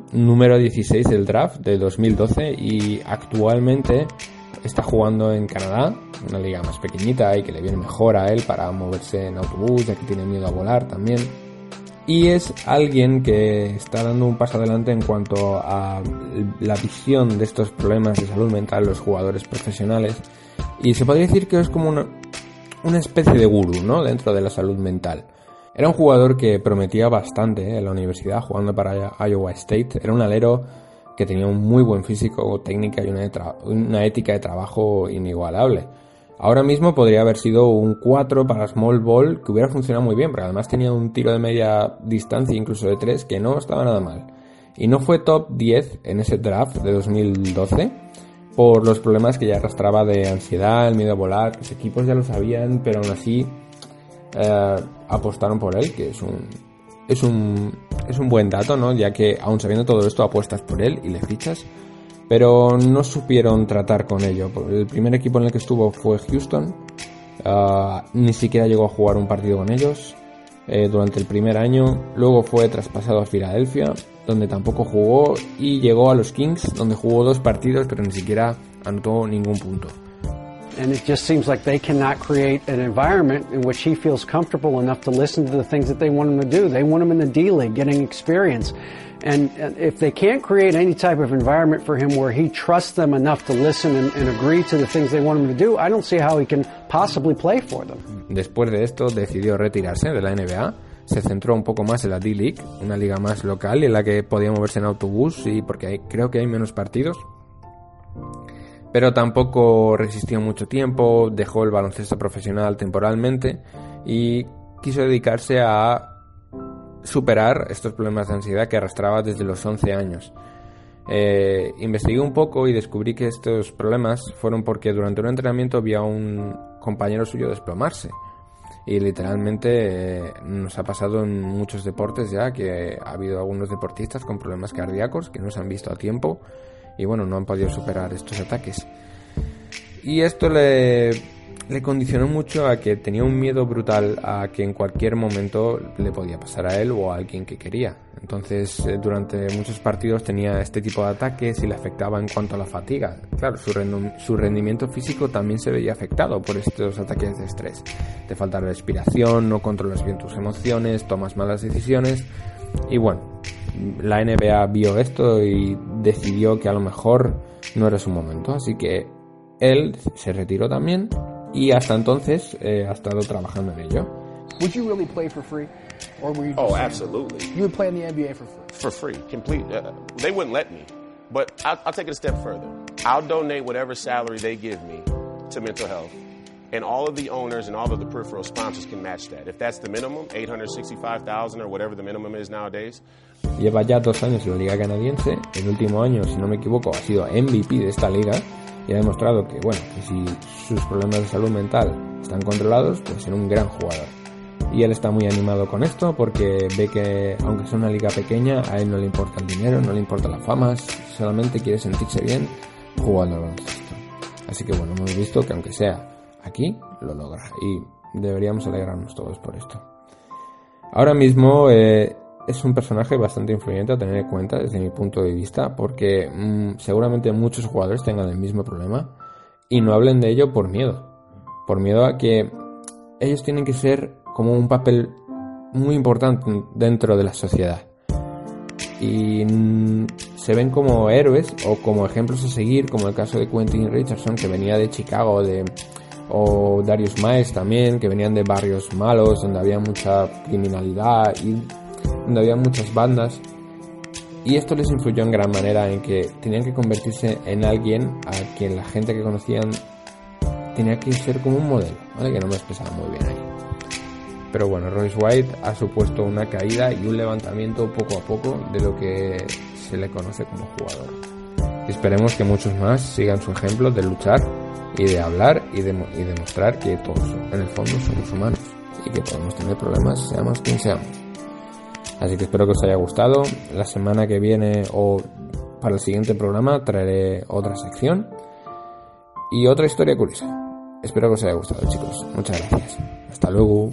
número dieciséis del draft de dos mil doce y actualmente está jugando en Canadá, una liga más pequeñita y que le viene mejor a él para moverse en autobús, ya que tiene miedo a volar también. Y es alguien que está dando un paso adelante en cuanto a la visión de estos problemas de salud mental de los jugadores profesionales. Y se podría decir que es como una, una especie de gurú, ¿no?, dentro de la salud mental. Era un jugador que prometía bastante, ¿eh?, en la universidad, jugando para Iowa State. Era un alero que tenía un muy buen físico, técnica y una, de tra- una ética de trabajo inigualable. Ahora mismo podría haber sido un cuatro para small ball que hubiera funcionado muy bien, porque además tenía un tiro de media distancia, incluso de tres, que no estaba nada mal. Y no fue top diez en ese draft de dos mil doce por los problemas que ya arrastraba de ansiedad, el miedo a volar. Los equipos ya lo sabían, pero aún así eh, apostaron por él, que es un, es un, es un buen dato, ¿no?, ya que aún sabiendo todo esto apuestas por él y le fichas. Pero no supieron tratar con ello. El primer equipo en el que estuvo fue Houston. Uh, ni siquiera llegó a jugar un partido con ellos eh, durante el primer año. Luego fue traspasado a Filadelfia, donde tampoco jugó. Y llegó a los Kings, donde jugó dos partidos, pero ni siquiera anotó ningún punto. And it just seems like they cannot create an environment in which he feels comfortable enough to listen to the things that they want him to do. They want him in the D-League, getting experience. And if they can't create any type of environment for him where he trusts them enough to listen and, and agree to the things they want him to do, I don't see how he can possibly play for them. Después de esto decidió retirarse de la N B A. Se centró un poco más en la D-League, una liga más local en la que podía moverse en autobús, y porque hay, creo que hay menos partidos. Pero tampoco resistió mucho tiempo, dejó el baloncesto profesional temporalmente y quiso dedicarse a superar estos problemas de ansiedad que arrastraba desde los once años. Eh, investigué un poco y descubrí que estos problemas fueron porque durante un entrenamiento vio a un compañero suyo desplomarse. Y literalmente eh, nos ha pasado en muchos deportes ya, que ha habido algunos deportistas con problemas cardíacos que no se han visto a tiempo y bueno, no han podido superar estos ataques. Y esto le, le condicionó mucho a que tenía un miedo brutal a que en cualquier momento le podía pasar a él o a alguien que quería. Entonces eh, durante muchos partidos tenía este tipo de ataques y le afectaba en cuanto a la fatiga. Claro, su, rend- su rendimiento físico también se veía afectado por estos ataques de estrés. Te falta respiración, no controlas bien tus emociones, tomas malas decisiones y bueno, la N B A vio esto y decidió que a lo mejor no era su momento, así que él se retiró también y hasta entonces eh, ha estado trabajando en ello. Would you really play for free? Or were you oh, absolutely. You would play in the N B A for free? For free, complete. Uh, they wouldn't let me, but I'll, I'll take it a step further. I'll donate whatever salary they give me to mental health, and all of the owners and all of the peripheral sponsors can match that. If that's the minimum, eight hundred sixty-five thousand or whatever the minimum is nowadays. Lleva ya dos años en la liga canadiense. El último año, si no me equivoco, ha sido M V P de esta liga y ha demostrado que, bueno, que si sus problemas de salud mental están controlados, puede ser un gran jugador. Y él está muy animado con esto porque ve que, aunque sea una liga pequeña, a él no le importa el dinero, no le importa la fama, solamente quiere sentirse bien jugando al baloncesto. Así que bueno, hemos visto que aunque sea aquí, lo logra y deberíamos alegrarnos todos por esto. Ahora mismo eh, es un personaje bastante influyente a tener en cuenta desde mi punto de vista porque mmm, seguramente muchos jugadores tengan el mismo problema y no hablen de ello por miedo. Por miedo a que ellos tienen que ser como un papel muy importante dentro de la sociedad y mm, se ven como héroes o como ejemplos a seguir, como el caso de Quentin Richardson, que venía de Chicago, de, o Darius Miles también, que venían de barrios malos donde había mucha criminalidad y donde había muchas bandas, y esto les influyó en gran manera en que tenían que convertirse en alguien a quien la gente que conocían tenía que ser como un modelo, ¿vale? Que no me expresaba muy bien ahí. Pero bueno, Royce White ha supuesto una caída y un levantamiento poco a poco de lo que se le conoce como jugador. Y esperemos que muchos más sigan su ejemplo de luchar y de hablar y de y demostrar que todos en el fondo somos humanos y que podemos tener problemas, seamos quien seamos. Así que espero que os haya gustado. La semana que viene o para el siguiente programa traeré otra sección y otra historia curiosa. Espero que os haya gustado, chicos. Muchas gracias. Hasta luego.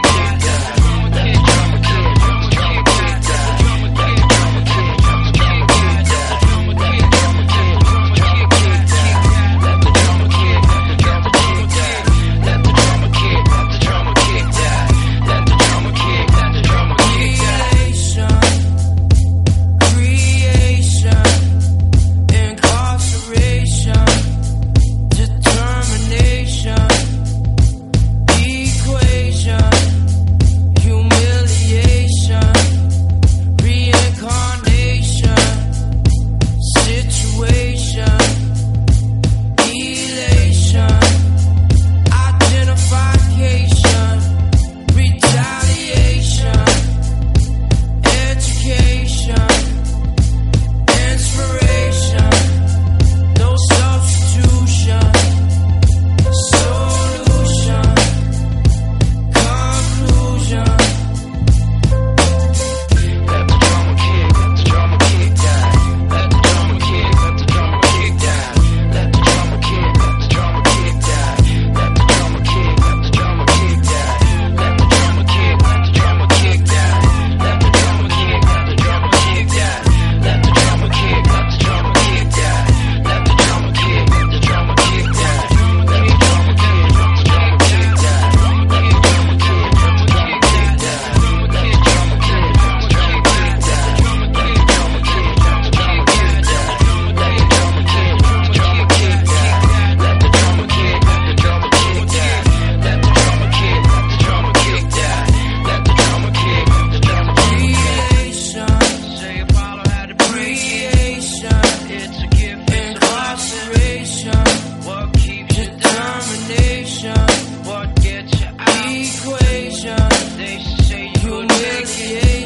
Let the drama kick, let the drama kick, let the drama kick. equation. They say you're wicked.